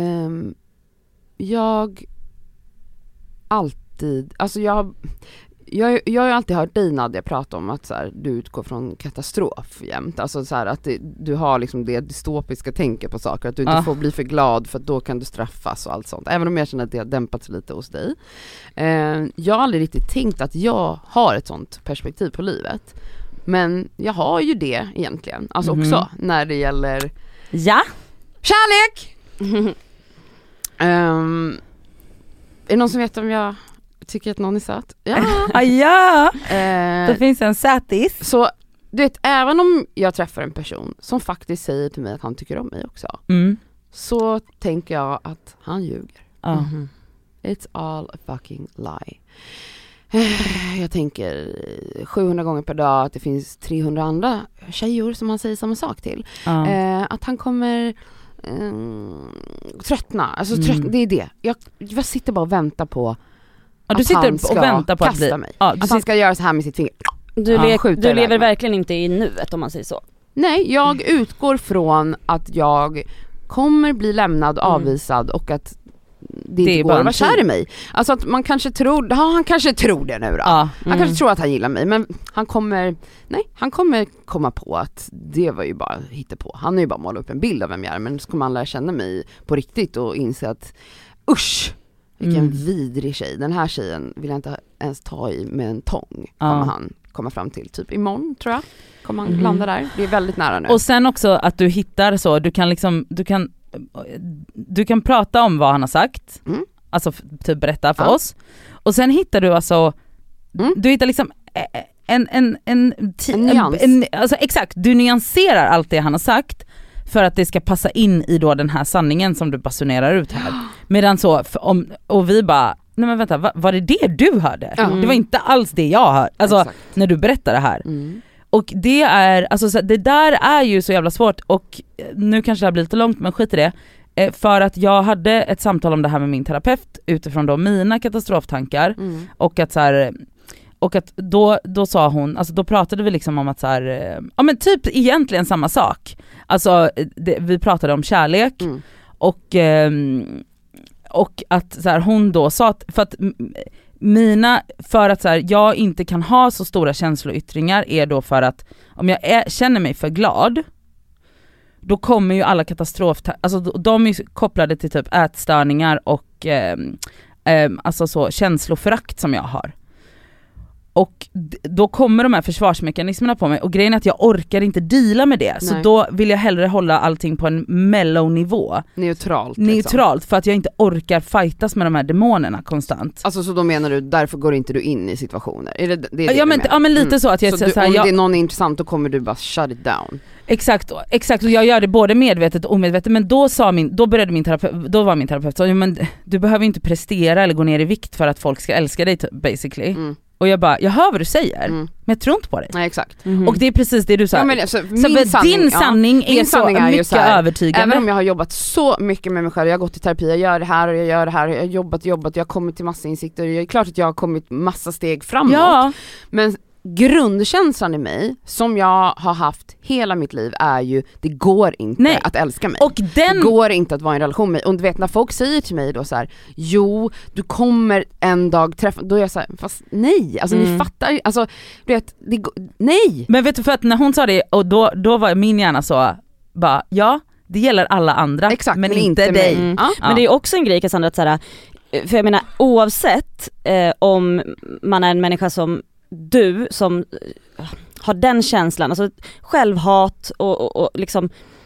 jag alltid, alltså jag har ju alltid hört dig, Nadia, prata om att så här, du utgår från katastrof jämt. Alltså så här, att du har liksom det dystopiska tänket på saker. Att du inte får bli för glad för att då kan du straffas och allt sånt. Även om jag känner att det har dämpats lite hos dig. Jag har aldrig riktigt tänkt att jag har ett sånt perspektiv på livet. Men jag har ju det egentligen. Alltså också när det gäller kärlek! Är det någon som vet om jag tycker att någon är söt? Ja. Det finns en sötis. Så du vet, även om jag träffar en person som faktiskt säger till mig att han tycker om mig också, så tänker jag att han ljuger. It's all a fucking lie. Jag tänker 700 gånger per dag att det finns 300 andra tjejer som han säger samma sak till. Att han kommer tröttna. Alltså det är det. Jag sitter bara och väntar på du sitter han ska och väntar på kasta mig. Att han ska göra så här med sitt finger. Du lever verkligen inte i nuet, om man säger så. Nej, jag utgår från att jag kommer bli lämnad, avvisad och att det inte går att vara kär i mig. Alltså att man kanske tror, han kanske tror det nu då. Han kanske tror att han gillar mig, men han kommer komma på att det var ju bara hittepå. Han har ju bara målat upp en bild av vem jag är, men så kommer han lära känna mig på riktigt och inse att usch, vilken vidrig tjej. Den här tjejen vill jag inte ens ta i med en tång. Kommer han komma fram till. Typ imorgon tror jag. Kommer han landa där. Det är väldigt nära nu. Och sen också att du hittar så. Du kan prata om vad han har sagt. Alltså typ berätta för oss. Och sen hittar du alltså du hittar liksom en nyans. Alltså exakt, du nyanserar allt det han har sagt för att det ska passa in i då den här sanningen som du basunerar ut här. Medan så, och vi bara, nej men vänta, var det du hörde? Det var inte alls det jag hörde. Alltså när du berättar det här. Och det är, alltså så, det där är ju så jävla svårt, och nu kanske det har blivit lite långt, men skit i det. För att jag hade ett samtal om det här med min terapeut utifrån då mina katastroftankar och att så här, och att då sa hon, alltså då pratade vi liksom om att så här, ja men typ egentligen samma sak. Alltså vi pratade om kärlek och att så här, hon då sa att för att så här, jag inte kan ha så stora känsloyttringar är då för att om jag känner mig för glad, då kommer ju alla alltså de är kopplade till typ ätstörningar och alltså så känsloförakt som jag har. Och då kommer de här försvarsmekanismerna på mig, och grejen är att jag orkar inte deala med det. Nej. Så då vill jag hellre hålla allting på en mellow nivå. Neutralt liksom. För att jag inte orkar fightas med de här demonerna konstant. Alltså så då menar du, därför går inte du in i situationer? Är det ja men lite så att jag så om det är någon intressant, då kommer du bara shut it down. Exakt, och jag gör det både medvetet och omedvetet. Men då var min terapeut så, men du behöver inte prestera eller gå ner i vikt för att folk ska älska dig basically. Och jag bara, jag hör vad du säger, men jag tror inte på dig. Nej, exakt. Och det är precis det du sa. Ja, men alltså, din sanning är så mycket så här, övertygande. Även om jag har jobbat så mycket med mig själv, jag har gått i terapi, jag gör det här och jag gör det här, jag har jobbat, jag har kommit till massa insikter, det är klart att jag har kommit massa steg framåt. Ja. Men grundkänslan i mig som jag har haft hela mitt liv är ju, det går inte att älska mig. Och det går inte att vara i en relation med mig. Och du vet, när folk säger till mig då så här, jo, du kommer en dag träffa, då är jag så här, fast nej, alltså ni fattar, alltså du vet, nej. Men vet du, för att när hon sa det, och då var min hjärna så bara, ja, det gäller alla andra. Exakt, men inte dig. Men det är också en grej, Cassandra, att så här, för jag menar, oavsett om man är en människa som du som har den känslan, alltså självhat och liksom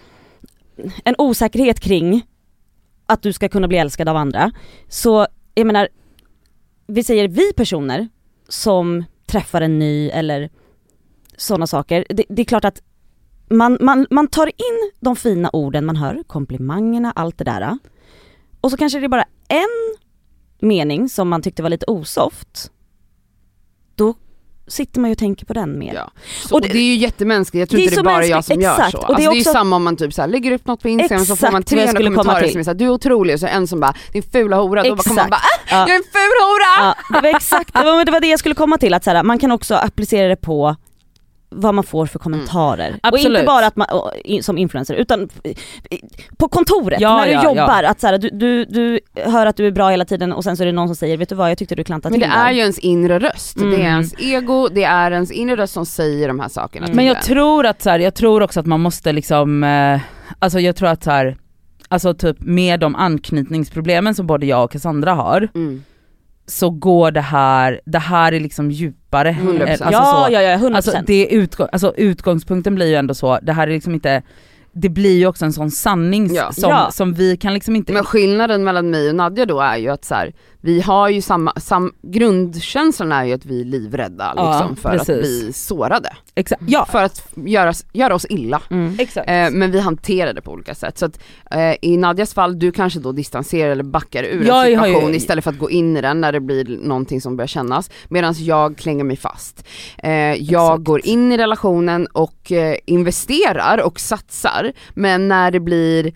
en osäkerhet kring att du ska kunna bli älskad av andra. Så jag menar, vi säger vi personer som träffar en ny eller sådana saker, det är klart att man tar in de fina orden man hör, komplimangerna, allt det där. Och så kanske det är bara en mening som man tyckte var lite osoft. Då sitter man ju och tänker på den mer. Ja. Och det är ju jättemänskligt. Jag tror inte det är bara jag som gör så. Och alltså, det är ju också samma om man typ så här, lägger upp något på Instagram så får man 300 kommentarer som är så här, du är otrolig, och så en som bara, din fula hora. Då kommer man bara, jag är en ful hora! Ja, det var exakt, det var det jag skulle komma till, att så här, man kan också applicera det på vad man får för kommentarer. Och inte bara att man, som influencer, utan på kontoret när du jobbar. Att så här, du hör att du är bra hela tiden och sen så är det någon som säger, vet du vad, jag tyckte du klantade till. Men det är ju ens inre röst. Det är ens ego, det är ens inre röst som säger de här sakerna. Men jag tror att så här, jag tror också att man måste liksom alltså jag tror att så här, alltså typ med de anknytningsproblemen som både jag och Cassandra har, så går det här är liksom djupare. 100%. Alltså ja, 100%. Alltså utgångspunkten blir ju ändå så, det här är liksom inte, det blir ju också en sån sanning som vi kan liksom inte. Men skillnaden mellan mig och Nadja då är ju att så här, vi har ju samma grundkänslan är ju att vi är livrädda liksom, för att bli sårade. Exakt. Ja. För att göra oss illa. Exakt. Men vi hanterar det på olika sätt. Så att i Nadjas fall, du kanske då distanserar eller backar ur en situation istället för att gå in i den när det blir någonting som börjar kännas. Medan jag klänger mig fast. Jag går in i relationen och investerar och satsar. Men när det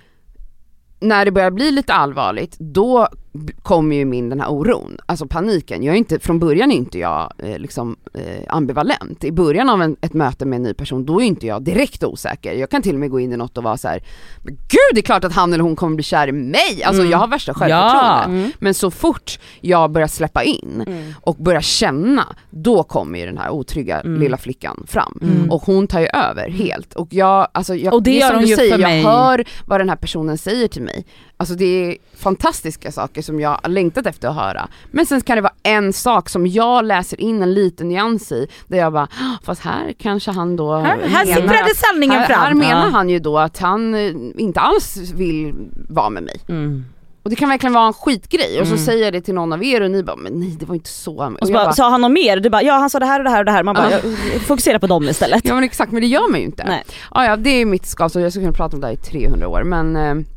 börjar bli lite allvarligt, då kommer ju den här oron, alltså paniken. Från början är inte jag ambivalent. I början av ett möte med en ny person, då är inte jag direkt osäker. Jag kan till och med gå in i något och vara så här: men gud, det är klart att han eller hon kommer bli kär i mig. Alltså jag har värsta självförtroende. Men så fort jag börjar släppa in och börjar känna, då kommer ju den här otrygga lilla flickan fram. Och hon tar ju över helt. Och och det gör hon ju för mig. Jag hör vad den här personen säger till mig. Alltså det är fantastiska saker som jag har längtat efter att höra. Men sen kan det vara en sak som jag läser in en liten nyans i, där jag bara, fast här kanske han då här sipprade sanningen fram. Här menar han ju då att han inte alls vill vara med mig. Och det kan verkligen vara en skitgrej. Och så säger jag det till någon av er och ni bara, men nej, det var inte så. Och så bara, sa han något mer? Du bara, ja, han sa det här och det här och det här. Man bara, fokusera på dem istället. Ja, men exakt, men det gör man ju inte. Nej. Ja, det är mitt skav, så jag skulle kunna prata om det här i 300 år. Men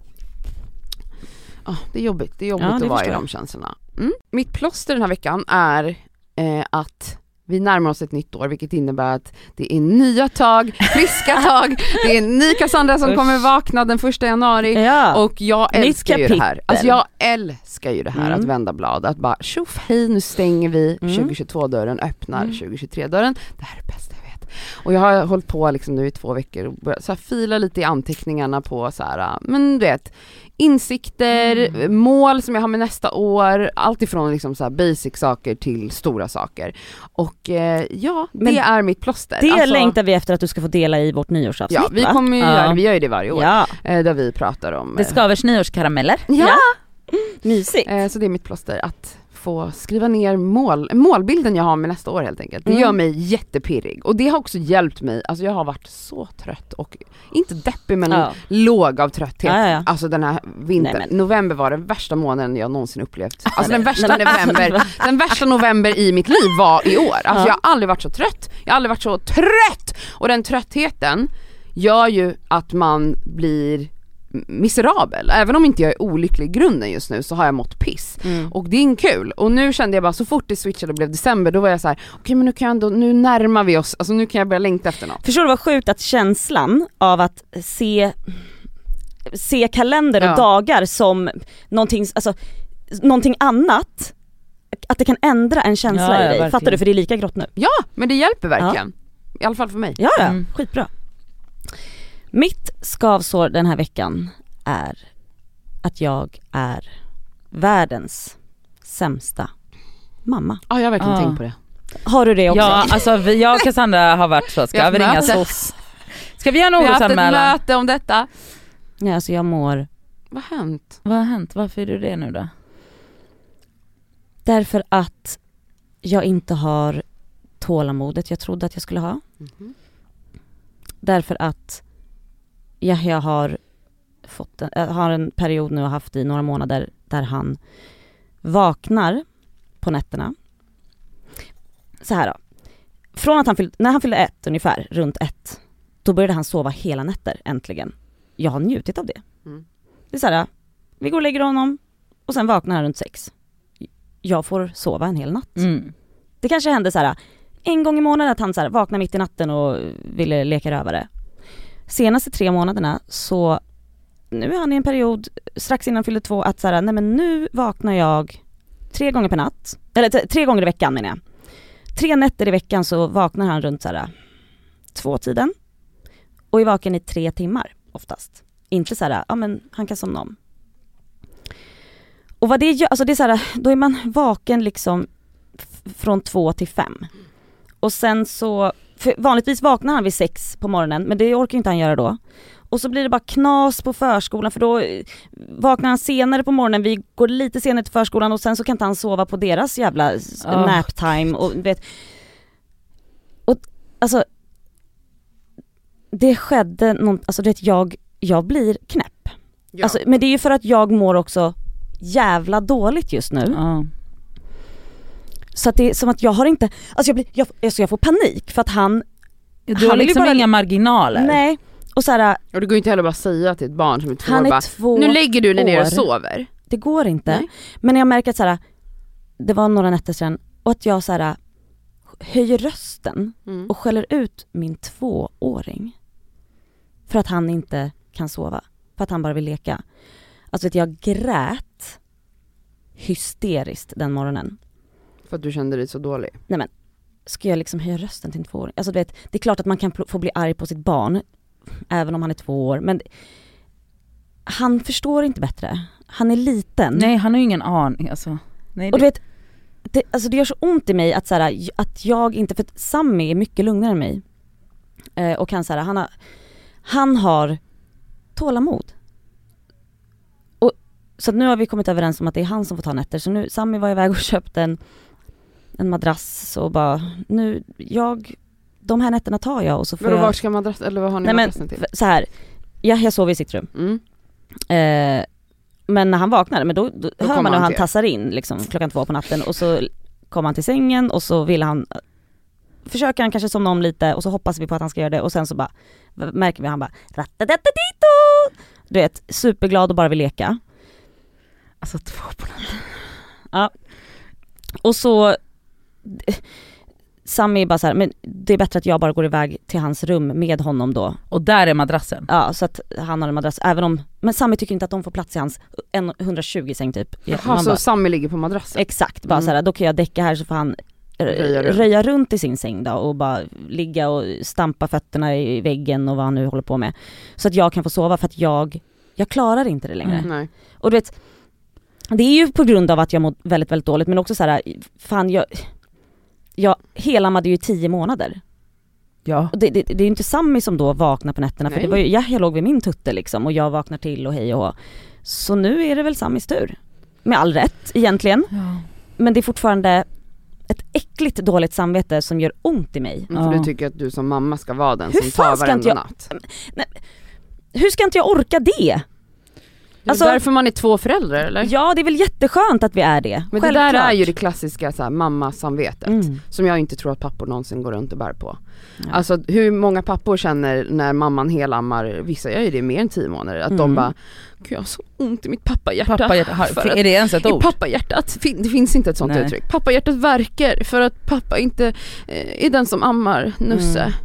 det är jobbigt. Det är jobbigt att vara i de känslorna. Mitt plåster den här veckan är att vi närmar oss ett nytt år, vilket innebär att det är nya tag, friska tag. Det är en ny Cassandra som kommer vakna den 1 januari. Och jag älskar ju det här. Alltså jag älskar ju det här att vända blad. Att bara, tjoff, hej, nu stänger vi 2022-dörren, öppnar 2023-dörren. Det här är det bästa jag vet. Och jag har hållit på liksom nu i 2 veckor och börjat så här fila lite i anteckningarna på så här, men du vet, insikter, mål som jag har med nästa år, allt ifrån liksom så här basic saker till stora saker. Och det är mitt plåster. Det längtar vi efter att du ska få dela i vårt nyårsavsnitt. Ja, vi kommer ju göra det, vi gör ju det varje år. Där vi pratar om det skavers nyårskarameller. Mysigt. Så det är mitt plåster att få skriva ner målbilden jag har med nästa år helt enkelt. Det gör mig jättepirrig. Och det har också hjälpt mig. Alltså jag har varit så trött och inte deppig men låg av trötthet. Alltså den här vintern. November var den värsta månaden jag någonsin upplevt. Alltså den värsta november i mitt liv var i år. Alltså jag har aldrig varit så trött. Jag har aldrig varit så trött. Och den tröttheten gör ju att man blir miserabel. Även om inte jag är olycklig i grunden just nu, så har jag mått piss. Och det är kul. Och nu kände jag bara, så fort det switchade och blev december, då var jag så här: okej, men nu närmar vi oss. Alltså nu kan jag börja längta efter något. Förstår du vad sjukt att känslan av att se kalender och dagar som någonting annat, att det kan ändra en känsla i dig. Verkligen. Fattar du? För det är lika grått nu. Ja, men det hjälper verkligen. I alla fall för mig. Skitbra. Mitt skavsår den här veckan är att jag är världens sämsta mamma. Ja, jag har verkligen tänkt på det. Har du det också? Ja, alltså jag och Cassandra har varit så. Ska vi ringa SOS? Ska vi göra en orosanmälan? Vi har haft ett möte om detta. Ja, alltså jag mår... Vad har hänt? Vad har hänt? Varför är du det nu då? Därför att jag inte har tålamodet jag trodde att jag skulle ha. Därför att jag har en period nu och haft i några månader där han vaknar på nätterna. Så här då. Från att när han fyllde 1 ungefär, runt 1, då började han sova hela nätter äntligen. Jag har njutit av det. Det är så här, vi går och lägger honom och sen vaknar han runt 6. Jag får sova en hel natt. Det kanske hände så här en gång i månaden att han så här vaknar mitt i natten och ville leka rövare. Senaste 3 månaderna så nu är han i en period strax innan han fyllde 2 att så här, nej men nu vaknar jag 3 gånger per natt. Eller 3 gånger i veckan menar jag. 3 nätter i veckan så vaknar han runt så här 2-tiden. Och är vaken i 3 timmar oftast. Inte så här, ja men han kan somna om. Och vad det gör, alltså det är så här, då är man vaken liksom från 2 till 5. Och sen så, för vanligtvis vaknar han vid 6 på morgonen, men det orkar inte han göra då. Och så blir det bara knas på förskolan, för då vaknar han senare på morgonen, vi går lite senare till förskolan och sen så kan inte han sova på deras jävla nap time. Och vet, och alltså det skedde alltså det jag blir knäpp. Ja. Alltså, men det är ju för att jag mår också jävla dåligt just nu. Så att det är som att jag har inte, alltså jag får panik för att han har liksom inga marginaler. Nej. Och så här, och det går inte heller bara säga till ett barn som är 2 han år, är 2 nu lägger du dig ner och år. sover. Det går inte. Nej. Men jag märker att så här, det var några nätter sedan och att jag så här höjer rösten och skäller ut min 2-åring för att han inte kan sova, för att han bara vill leka. Alltså att jag grät hysteriskt den morgonen. För att du kände dig så dålig. Nej men, ska jag liksom höja rösten till en 2-åring? Alltså du vet, det är klart att man kan få bli arg på sitt barn även om han är 2 år, men han förstår inte bättre. Han är liten. Nej, han har ju ingen aning alltså. Nej, och du vet, det gör så ont i mig att, så här, att jag inte, för att Sammy är mycket lugnare än mig. Och han, så här, han har tålamod. Och så nu har vi kommit överens om att det är han som får ta nätter. Så nu, Sammy var iväg och köpte en madrass och bara, de här nätterna tar jag och så får var ska madrass, eller vad har ni madrassen till? Så här, jag sover i sitt rum. Men när han vaknar, men då hör man hur han tassar in liksom, 2:00 på natten och så kommer han till sängen och så vill han, försöker han kanske somna om lite och så hoppas vi på att han ska göra det och sen så bara märker vi han bara du vet, superglad och bara vill leka. Alltså 2 på natten. Ja. Och så Sammy är bara så här, men det är bättre att jag bara går iväg till hans rum med honom då. Och där är madrassen. Ja, så att han har en madrass. Men Sammy tycker inte att de får plats i hans 120 säng typ. Jaha, så Sammy ligger på madrassen? Exakt, bara så här, då kan jag däcka här så får han röja runt i sin säng då och bara ligga och stampa fötterna i väggen och vad han nu håller på med. Så att jag kan få sova för att jag klarar inte det längre. Nej. Och du vet, det är ju på grund av att jag mår väldigt, väldigt dåligt, men också så här, fan jag helammade ju i 10 månader. Ja. Och det är ju inte Sammy som då vaknar på nätterna. Nej. För det var ju, jag låg vid min tutte liksom och jag vaknar till och hej och hå. Så nu är det väl Sammys tur. Med all rätt egentligen. Ja. Men det är fortfarande ett äckligt dåligt samvete som gör ont i mig. För du tycker att du som mamma ska vara den som tar varenda natt. Nej, hur ska inte jag orka det? Det är därför man är 2 föräldrar, eller? Ja, det är väl jätteskönt att vi är det. Men självklart. Det där är ju det klassiska så här, mammasamvetet som jag inte tror att pappor någonsin går runt och bär på. Ja. Alltså hur många pappor känner när mamman helammar, vissa gör ju det mer än 10 månader, att de bara, gud jag har så ont i mitt pappahjärta. Är det ens ett ord? Pappahjärtat, det finns inte ett sånt uttryck. Pappahjärtat verkar för att pappa inte är den som ammar Nusse.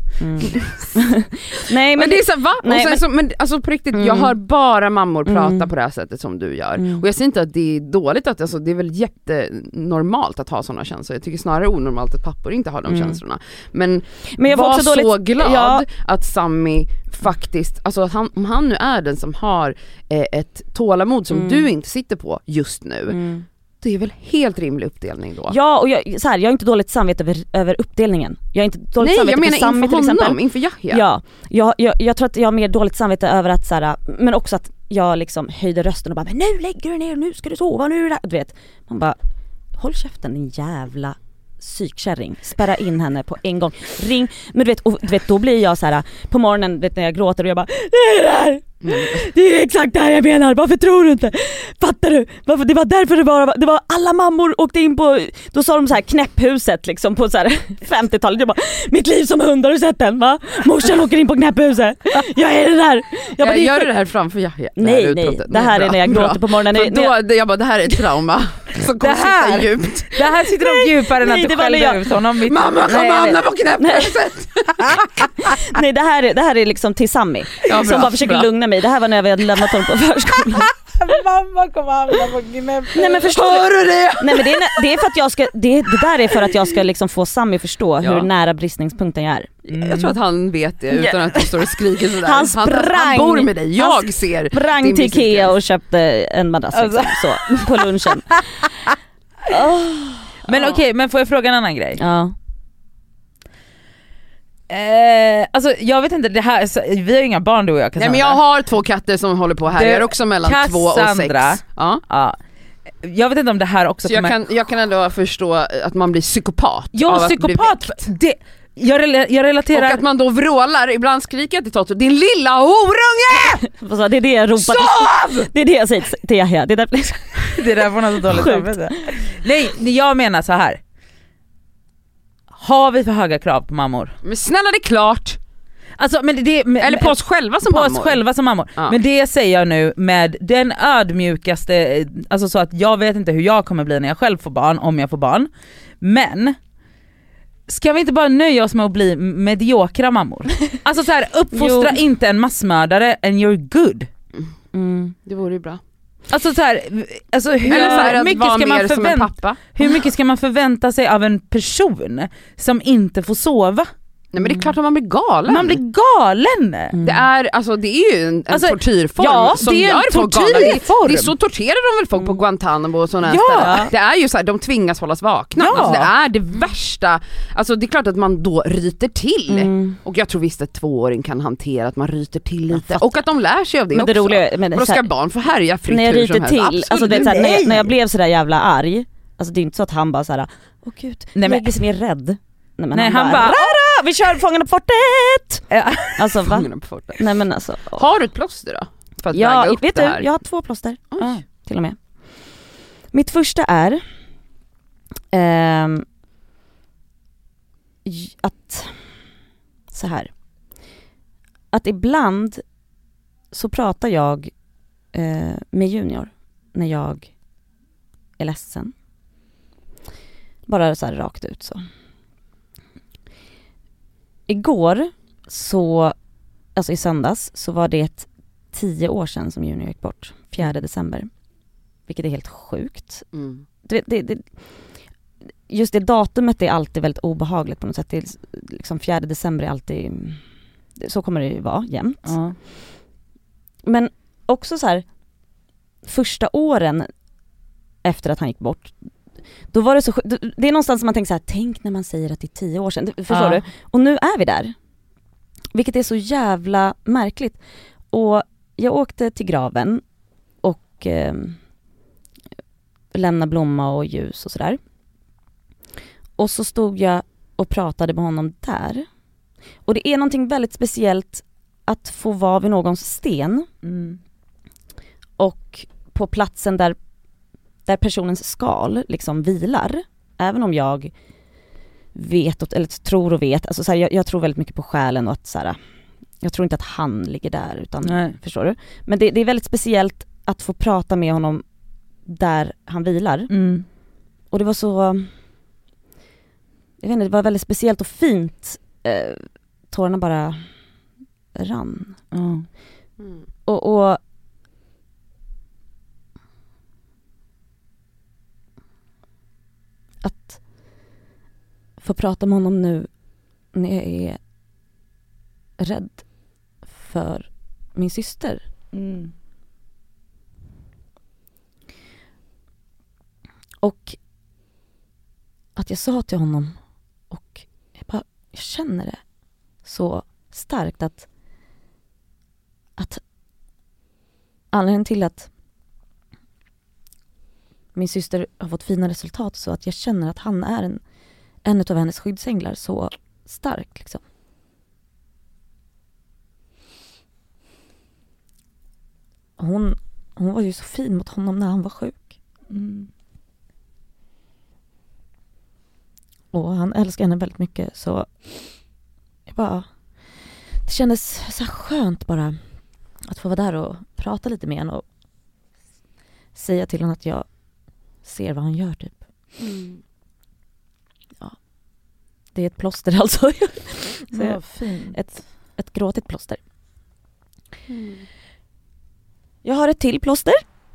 Nej men det är så va? Nej, och sen så, men alltså på riktigt jag hör bara mammor prata på det här sättet som du gör. Och jag säger inte att det är dåligt, att alltså, det är väl jättenormalt att ha sådana känslor. Jag tycker snarare onormalt att pappor inte har de känslorna. Men jag var också så glad att Sammy faktiskt, alltså att om han nu är den som har ett tålamod som du inte sitter på just nu. Det är väl helt rimlig uppdelning då. Ja, och jag har inte dåligt samvete över uppdelningen. Jag har inte dåligt samvete för Sammy inför till exempel. Inför Yahya. Ja, jag tror att jag har mer dåligt samvete över att så här, men också att jag liksom höjde rösten och bara, men nu lägger du ner, nu ska du sova, nu är det. Du vet, man bara, håll käften din jävla psykkärring, spärra in henne på en gång, ring, men du vet då blir jag så här på morgonen när jag gråter och jag bara det är det här. Det är exakt det här jag menar, varför tror du inte? Fattar du? Varför? Det var därför det var alla mammor åkte in på, då sa de så här knäpphuset liksom på så här 50-talet. Jag bara, mitt liv som hund, har du sett den va? Morsan åker in på knäpphuset. Jag är det där. Jag bara, gör det här framför jag. Nej, det här är när jag gråter på morgonen. Jag bara, det här är ett trauma som kommer sitta djupt. Det här sitter nog djupare än att du själv ut honom. Mamma kommer hamna på knäpphuset. Nej, det här är liksom till Sammy som bara försöker lugna mig. Det här var när vi hade lämnat honom på förskolan. Mamma kommer hamna på knäpphuset. Nej men förstår du det? Nej men det är för att jag ska det där är för att jag ska liksom få Sammy förstå hur nära bristningspunkten jag är. Jag tror att han vet det utan att du står och skriker sådär. Han bor med dig. Jag ser. Sprang till Ikea och köpte en madrass liksom, så på lunchen. Men okej, men får jag fråga en annan grej? Ja. Alltså jag vet inte, det här, så, vi har ju inga barn du och jag. Nej men jag har 2 katter som håller på här. Jag är också mellan Cassandra, 2 och 6. Ja. Jag vet inte om det här också så jag kan ändå förstå att man blir psykopat. Ja, psykopat. Jag relaterar. Och att man då vrålar, ibland skriker jag till Toto, din lilla horunge! Det är det jag ropar. Sov! Det är det jag säger till Yahya. Det är där får något dåligt samvete. Nej, jag menar så här. Har vi för höga krav på mammor? Men snälla, det är klart. Alltså, men eller på oss själva som mammor. På oss själva som mammor. Ja. Men det säger jag nu med den ödmjukaste, alltså så att jag vet inte hur jag kommer bli när jag själv får barn, om jag får barn. Men ska vi inte bara nöja oss med att bli mediokra mammor? Alltså så här, uppfostra inte en massmördare and you're good. Det vore ju bra. Alltså så här, alltså hur mycket ska man förvänta sig av en person som inte får sova? Nej men det är klart att man blir galen. Man blir galen. Det är ju en tortyrform som det är gör folk galna. Det är så torterar de väl folk på Guantanamo och sådana ställen. Det är ju så här, de tvingas hållas vakna. Ja. Alltså, det är det värsta. Alltså det är klart att man då ryter till. Och jag tror visst att 2-åring kan hantera att man ryter till lite. Och att de lär sig av det men också. Det roliga, men och då ska barn få härja fritt. När jag ryter till, alltså det är så här, när jag blev så där jävla arg. Alltså det är inte så att han bara så här, åh gud, lägger sig ner rädd. Nej, han bara vi kör Fångarna på fortet! Ja. Alltså va? På fortet. Nej men alltså. Har du ett plåster då? För att väga upp vet det här? Du, jag har 2 plåster. Till och med. Mitt första är att så här. Att ibland så pratar jag med Junior när jag är ledsen. Bara så här rakt ut så. Igår så, alltså i söndags, så var det 10 år sedan som Junior gick bort. 4 december. Vilket är helt sjukt. Just det datumet är alltid väldigt obehagligt på något sätt. Det är liksom 4 december är alltid, så kommer det ju vara jämt. Men också så här, första åren efter att han gick bort, då var det så det är någonstans som man tänker så här, tänk när man säger att det är 10 år sedan, förstår du? Och nu är vi där. Vilket är så jävla märkligt. Och jag åkte till graven och lämnade blomma och ljus och sådär. Och så stod jag och pratade med honom där. Och det är någonting väldigt speciellt att få vara vid någons sten. Och på platsen där personens skal liksom vilar, även om jag vet eller tror och vet, alltså så här, jag tror väldigt mycket på själen och att så här, jag tror inte att han ligger där utan, förstår du? Men det är väldigt speciellt att få prata med honom där han vilar. Och det var så, jag vet inte, det var väldigt speciellt och fint. Tårarna bara rann. Och att få prata med honom nu när jag är rädd för min syster. Och att jag sa till honom och jag känner det så starkt att anledningen till att min syster har fått fina resultat så att jag känner att han är en av hennes skyddsänglar så stark liksom. Hon var ju så fin mot honom när han var sjuk. Och han älskar henne väldigt mycket, så det kändes så skönt bara att få vara där och prata lite med henne och säga till honom att jag ser vad han gör typ. Ja. Det är ett plåster alltså. Så fint. Ett gråtigt plåster. Jag har ett till plåster.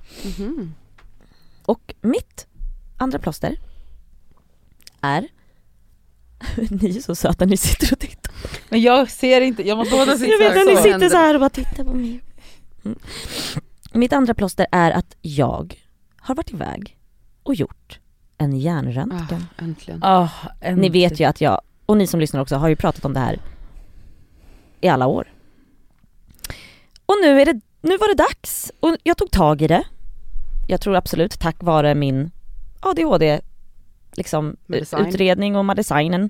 Och mitt andra plåster är ni är så söta, ni sitter och tittar. Men jag ser inte, jag måste båda sitta. Jag vet att ni sitter så här och bara tittar på mig. Mitt andra plåster är att jag har varit iväg och gjort en hjärnröntgen. Äntligen. Ni vet ju att jag, och ni som lyssnar också, har ju pratat om det här i alla år. Och nu var det dags. Och jag tog tag i det. Jag tror absolut tack vare min ADHD liksom utredning och medicinen.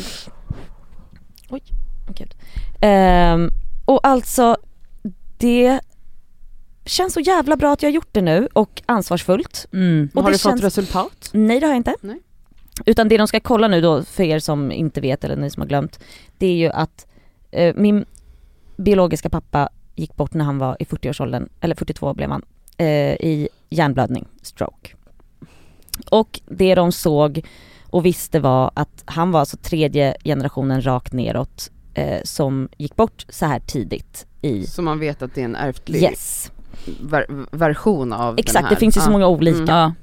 Oj, gud. Och alltså det känns så jävla bra att jag har gjort det nu och ansvarsfullt. Och har du fått resultat? Nej, det har jag inte. Nej. Utan det de ska kolla nu då, för er som inte vet eller ni som har glömt, det är ju att min biologiska pappa gick bort när han var i 40-årsåldern, eller 42 blev han, i hjärnblödning, stroke. Och det de såg och visste var att han var alltså 3:e generationen rakt neråt som gick bort så här tidigt i... Så man vet att det är en ärftlig version av exakt, den här. Det finns ju så många olika.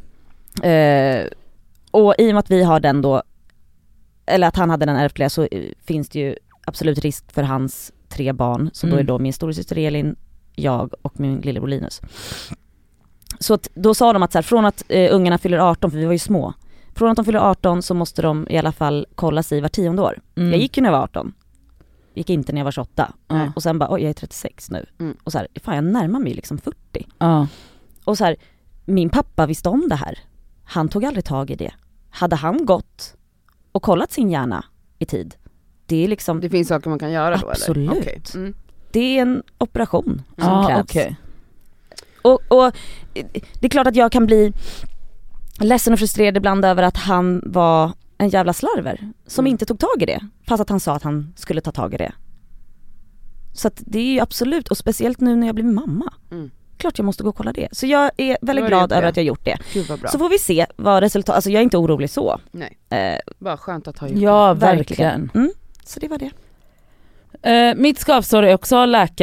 Och i och med att vi har den då, eller att han hade den ärftliga, så finns det ju absolut risk för hans 3 barn, som då är då min storasyster Elin, jag och min lillebror Linus. Så att, då sa de att så här, från att ungarna fyller 18, för vi var ju små, från att de fyller 18 så måste de i alla fall kolla sig var 10:e år. Jag gick ju när jag var 18. Gick inte när jag var 28. Och sen bara, oj, jag är 36 nu. Och så här, fan, jag närmar mig liksom 40. Och så här, min pappa visste om det här. Han tog aldrig tag i det. Hade han gått och kollat sin hjärna i tid, det är liksom... Det finns saker man kan göra då, eller? Absolut. Okay. Det är en operation som krävs. Okay. Och det är klart att jag kan bli ledsen och frustrerad ibland över att han var en jävla slarver som inte tog tag i det, fast att han sa att han skulle ta tag i det. Så att det är ju absolut, och speciellt nu när jag blir mamma. Klart jag måste gå och kolla det. Så jag är väldigt glad över att jag gjort det. Gud, vad bra. Så får vi se vad resultat, alltså jag är inte orolig så. Nej, bara skönt att ha gjort det. Ja, verkligen. Så det var det. Mitt skavsår är också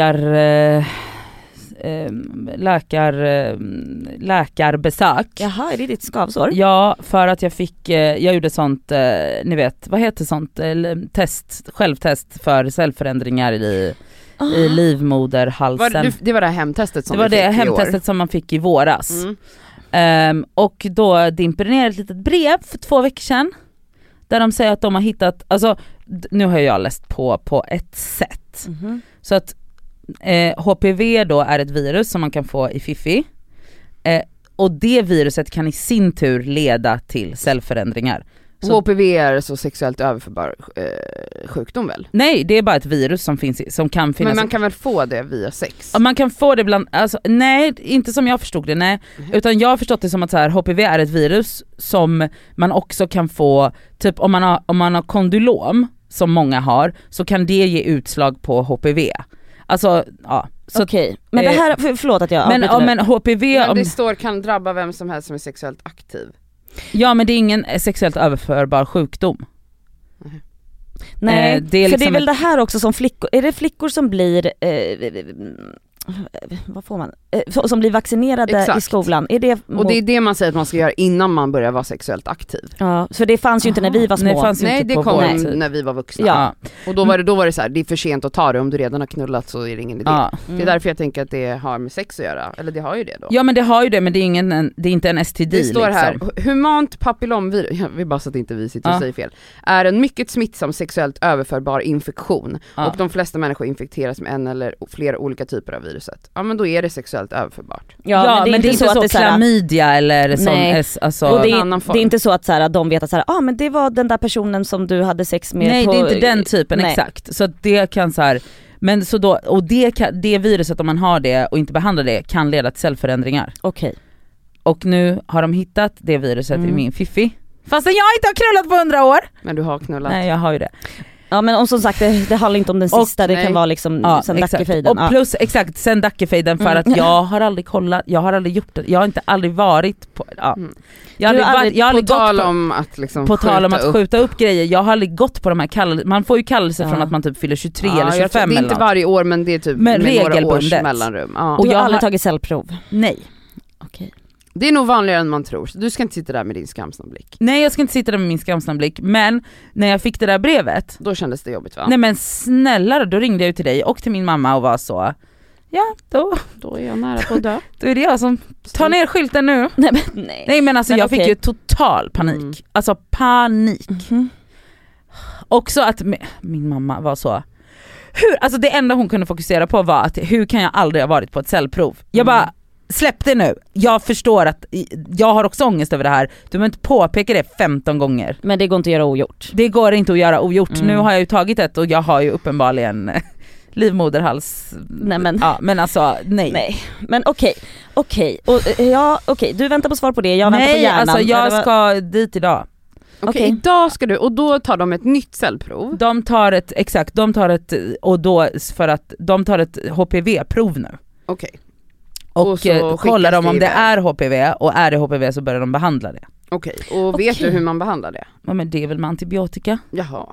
läkarbesök. Jaha, är det ditt skavsår? Ja, för att jag gjorde sånt, ni vet, vad heter sånt, självtest för cellförändringar i livmoderhalsen. Det var det hemtestet som det var vi fick det hemtestet som man fick i våras. Och då dimper det ner ett litet brev för 2 veckor sedan där de säger att de har hittat, alltså nu har jag läst på ett sätt. Så att HPV då är ett virus som man kan få i fiffi. Och det viruset kan i sin tur leda till cellförändringar. Så HPV är så sexuellt överförbar sjukdom väl? Nej, det är bara ett virus som kan finnas. Men man kan väl få det via sex? Ja, man kan få det bland, alltså, nej, inte som jag förstod det, nej. Utan jag har förstått det som att så här, HPV är ett virus som man också kan få, typ om man har kondylom, som många har, så kan det ge utslag på HPV. Alltså, ja. Okej, men det här, förlåt att jag men HPV... Men det står kan drabba vem som helst som är sexuellt aktiv. Ja, men det är ingen sexuellt överförbar sjukdom. Nej, det är för liksom det är väl det här också som flickor, är det flickor som blir vad får man? Som blir vaccinerade. Exakt. I skolan. Är det och det är det man säger att man ska göra innan man börjar vara sexuellt aktiv. Ja, för det fanns ju inte när vi var små. Nej, det kom när vi var vuxna. Ja. Och då var det så här, det är för sent att ta det, om du redan har knullat så är det ingen idé. Det är därför jag tänker att det har med sex att göra. Eller det har ju det då. Ja, men det har ju det, men det är inte en STD. Det står här, liksom. Humant papillomvirus, vi bara så att inte vi sitter och säger fel, är en mycket smittsam sexuellt överförbar infektion. Och de flesta människor infekteras med en eller flera olika typer av virus. viruset, ja men då är det sexuellt överförbart. Ja, men det är inte så klamydia eller sån, alltså, och det är inte så att så här, de vet att så här, men det var den där personen som du hade sex med. Nej, på, det är inte den typen, exakt. Så att det kan så här, men så då, och det viruset, om man har det och inte behandlar det, kan leda till cellförändringar. Okej. Och nu har de hittat det viruset i min fiffi. Fastän jag inte har knullat på 100 år. Men du har knullat. Nej, jag har ju det. Ja, men om som sagt, det handlar inte om den sista, det kan vara liksom sen dackefejden. Och plus exakt, sen dackefejden, för att jag har aldrig kollat, jag har aldrig gjort det, jag har inte aldrig varit på, jag har aldrig på tal om att liksom på tal om att skjuta upp grejer, jag har aldrig gått på de här kallelser, man får ju kallelser från att man typ fyller 23 eller 25 det är eller inte varje år, men det är typ med några års mellanrum. Och jag har aldrig tagit cellprov. Nej. Okej. Det är nog vanligare än man tror, så du ska inte sitta där med din skamsnablick. Nej, jag ska inte sitta där med min skamsnablick, men när jag fick det där brevet, då kändes det jobbigt, va? Nej men snälla, då ringde jag till dig och till min mamma och var så, då är jag nära på att dö. Då är det jag som tar ner skylten nu. Nej men alltså, jag fick ju total panik. Alltså panik. Också att min mamma var så, alltså det enda hon kunde fokusera på var att hur kan jag aldrig ha varit på ett cellprov? Jag bara, släpp det nu. Jag förstår att jag har också ångest över det här. Du behöver inte påpeka det 15 gånger. Men det går inte att göra ogjort. Det går inte att göra ogjort. Nu har jag ju tagit ett och jag har ju uppenbarligen livmoderhals. Nej men. Ja, men alltså nej. Men okej. Och du väntar på svar på det. Jag väntar på hjärnan. Alltså jag ska dit idag. Okej, idag ska du, och då tar de ett nytt cellprov. De tar ett och då för att de tar ett HPV-prov nu. Okej. Och kollar de om det är HPV, och är det HPV så börjar de behandla det. Okej, och vet du hur man behandlar det? Ja, men det är väl med antibiotika. Jaha.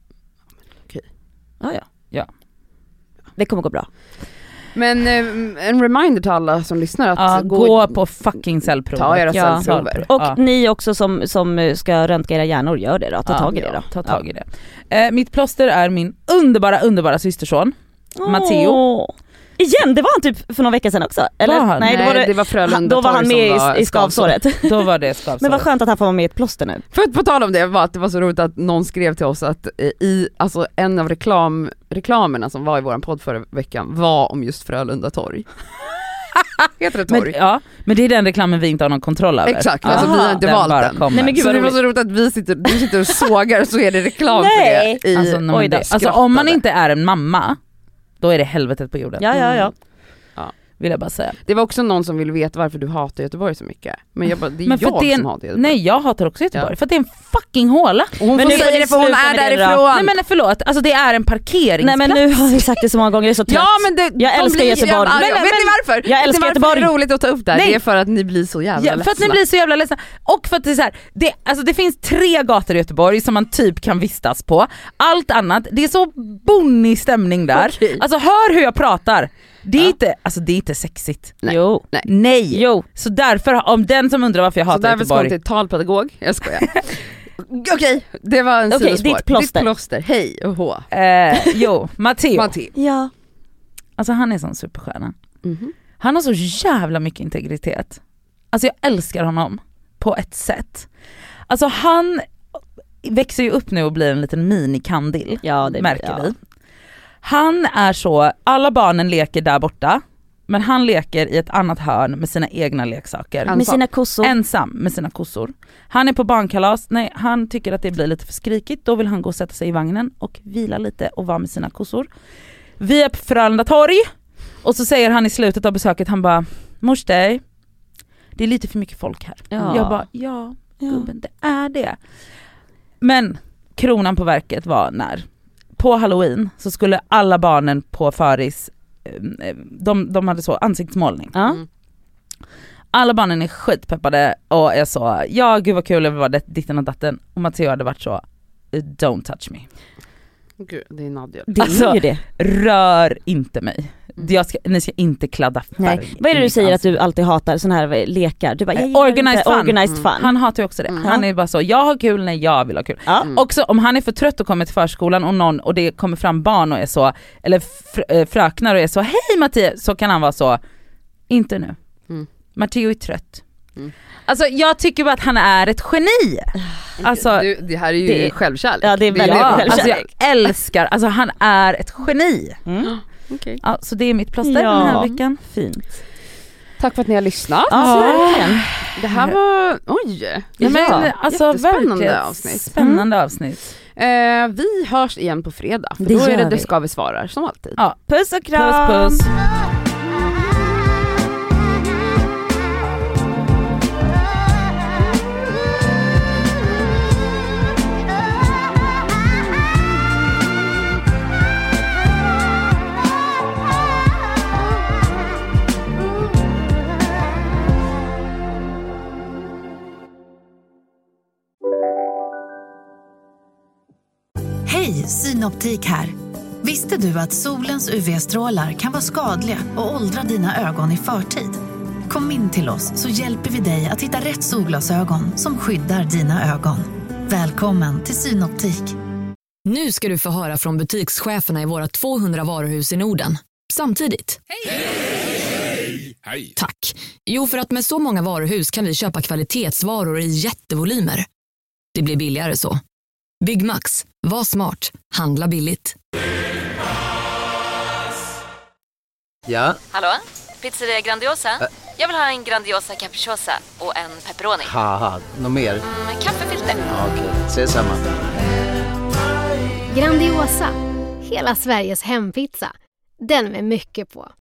Okej. Ja. Det kommer gå bra. Men en reminder till alla som lyssnar att gå på fucking cellprov. Ta era cellprover. Och ni också som ska röntga era hjärnor, gör det då. Ta tag i det då. Ta tag i det. Mitt plåster är min underbara systerson, Matteo. Igen, det var han typ för några veckor sedan också. Eller? Nej, det var Frölunda. Då var han med i skavsåret. Då var det skavsåret. Men vad skönt att han får vara med i ett plåster nu. För att på tal om det var att det var så roligt att någon skrev till oss att alltså en av reklamerna som var i våran podd förra veckan var om just Frölunda torg. Heter det torg? Men det är den reklamen vi inte har någon kontroll över. Exakt, alltså vi har inte valt den. Nej, men gud, så det var så roligt att du sitter och sågar, så är det reklam för det. Alltså om man inte är en mamma, då är det helvetet på jorden. Ja. Vill jag bara säga. Det var också någon som ville veta varför du hatar Göteborg så mycket. Men jag bara, det är jag som hatar Göteborg. Nej, jag hatar också Göteborg för att det är en fucking håla. Och hon får säga det för hon är därifrån. Nej men förlåt, alltså det är en parkeringsplats. Nej men nu har vi sagt det så många gånger, det är så trött. Ja, men jag älskar Göteborg. Men vet ni varför? Jag älskar Göteborg. Det är roligt att ta upp det här. Det är för att ni blir så jävla ledsna. För att ni blir så jävla ledsna. Och för att det är så här, det finns 3 gator i Göteborg som man typ kan vistas på. Allt annat, det är så bonnig stämning där. Okay. Alltså hör hur jag pratar. Det är inte sexigt. Nej. Jo. Så därför, om den som undrar varför jag hatar Göteborg. Så därför ska hon till talpedagog. Jag skojar. Okej, det var en sidospår. Ditt plåster. Hej och hå. Matteo. Ja. Alltså han är sån superstjärna. Han har så jävla mycket integritet. Alltså jag älskar honom på ett sätt. Alltså han växer ju upp nu och blir en liten minikandil. Ja, det märker vi. Han är så, alla barnen leker där borta, men han leker i ett annat hörn med sina egna leksaker. Med sina kossor. Ensam med sina kossor. Han är på barnkalas, han tycker att det blir lite för skrikigt, då vill han gå och sätta sig i vagnen och vila lite och vara med sina kossor. Vi är på Frölunda torg och så säger han i slutet av besöket, han bara, morsdag, det är lite för mycket folk här. Ja. Jag bara, gubben, det är det. Men kronan på verket var när på Halloween så skulle alla barnen på Faris, de hade så ansiktsmålning. Alla barnen är skitpeppade och är så, gud vad kul, det var ditten och datten. Och Matteo hade varit så, don't touch me. Gud, det är Nadja. Det är ju det. Rör inte mig. Ni ska inte kladda färg. Nej. Vad är det du säger att du alltid hatar såna här lekar? Du bara, organized fun. Han hatar ju också det. Han är bara så, jag har kul när jag vill ha kul. Också om han är för trött och kommer till förskolan och det kommer fram barn och är så, eller fröknar och är så, hej Mattias, så kan han vara så, inte nu. Matteo är trött. Alltså jag tycker bara att han är ett geni. Alltså, det här är ju självkärlek. Ja, det är väldigt självkärlek. Alltså jag älskar, alltså han är ett geni. Okay. Ja, så det är mitt plåster den här veckan. Fint. Tack för att ni har lyssnat. Ja, verkligen. Det här var, oj. Ja, men, alltså, jättespännande avsnitt. Spännande avsnitt. Vi hörs igen på fredag. För det då är gör det vi. ska vi svarar som alltid. Ja, puss och kram. Puss. Hej, Synoptik här. Visste du att solens UV-strålar kan vara skadliga och åldra dina ögon i förtid? Kom in till oss så hjälper vi dig att hitta rätt solglasögon som skyddar dina ögon. Välkommen till Synoptik. Nu ska du få höra från butikscheferna i våra 200 varuhus i Norden. Samtidigt. Hej! Hej! Tack. Jo, för att med så många varuhus kan vi köpa kvalitetsvaror i jättevolymer. Det blir billigare så. Byggmax. Var smart. Handla billigt. Ja? Hallå? Pizzeria Grandiosa? Jag vill ha en Grandiosa capriciosa och en pepperoni. Haha, något mer? Kaffefilter. Ja, okej, ses samma. Grandiosa, hela Sveriges hempizza. Den med mycket på.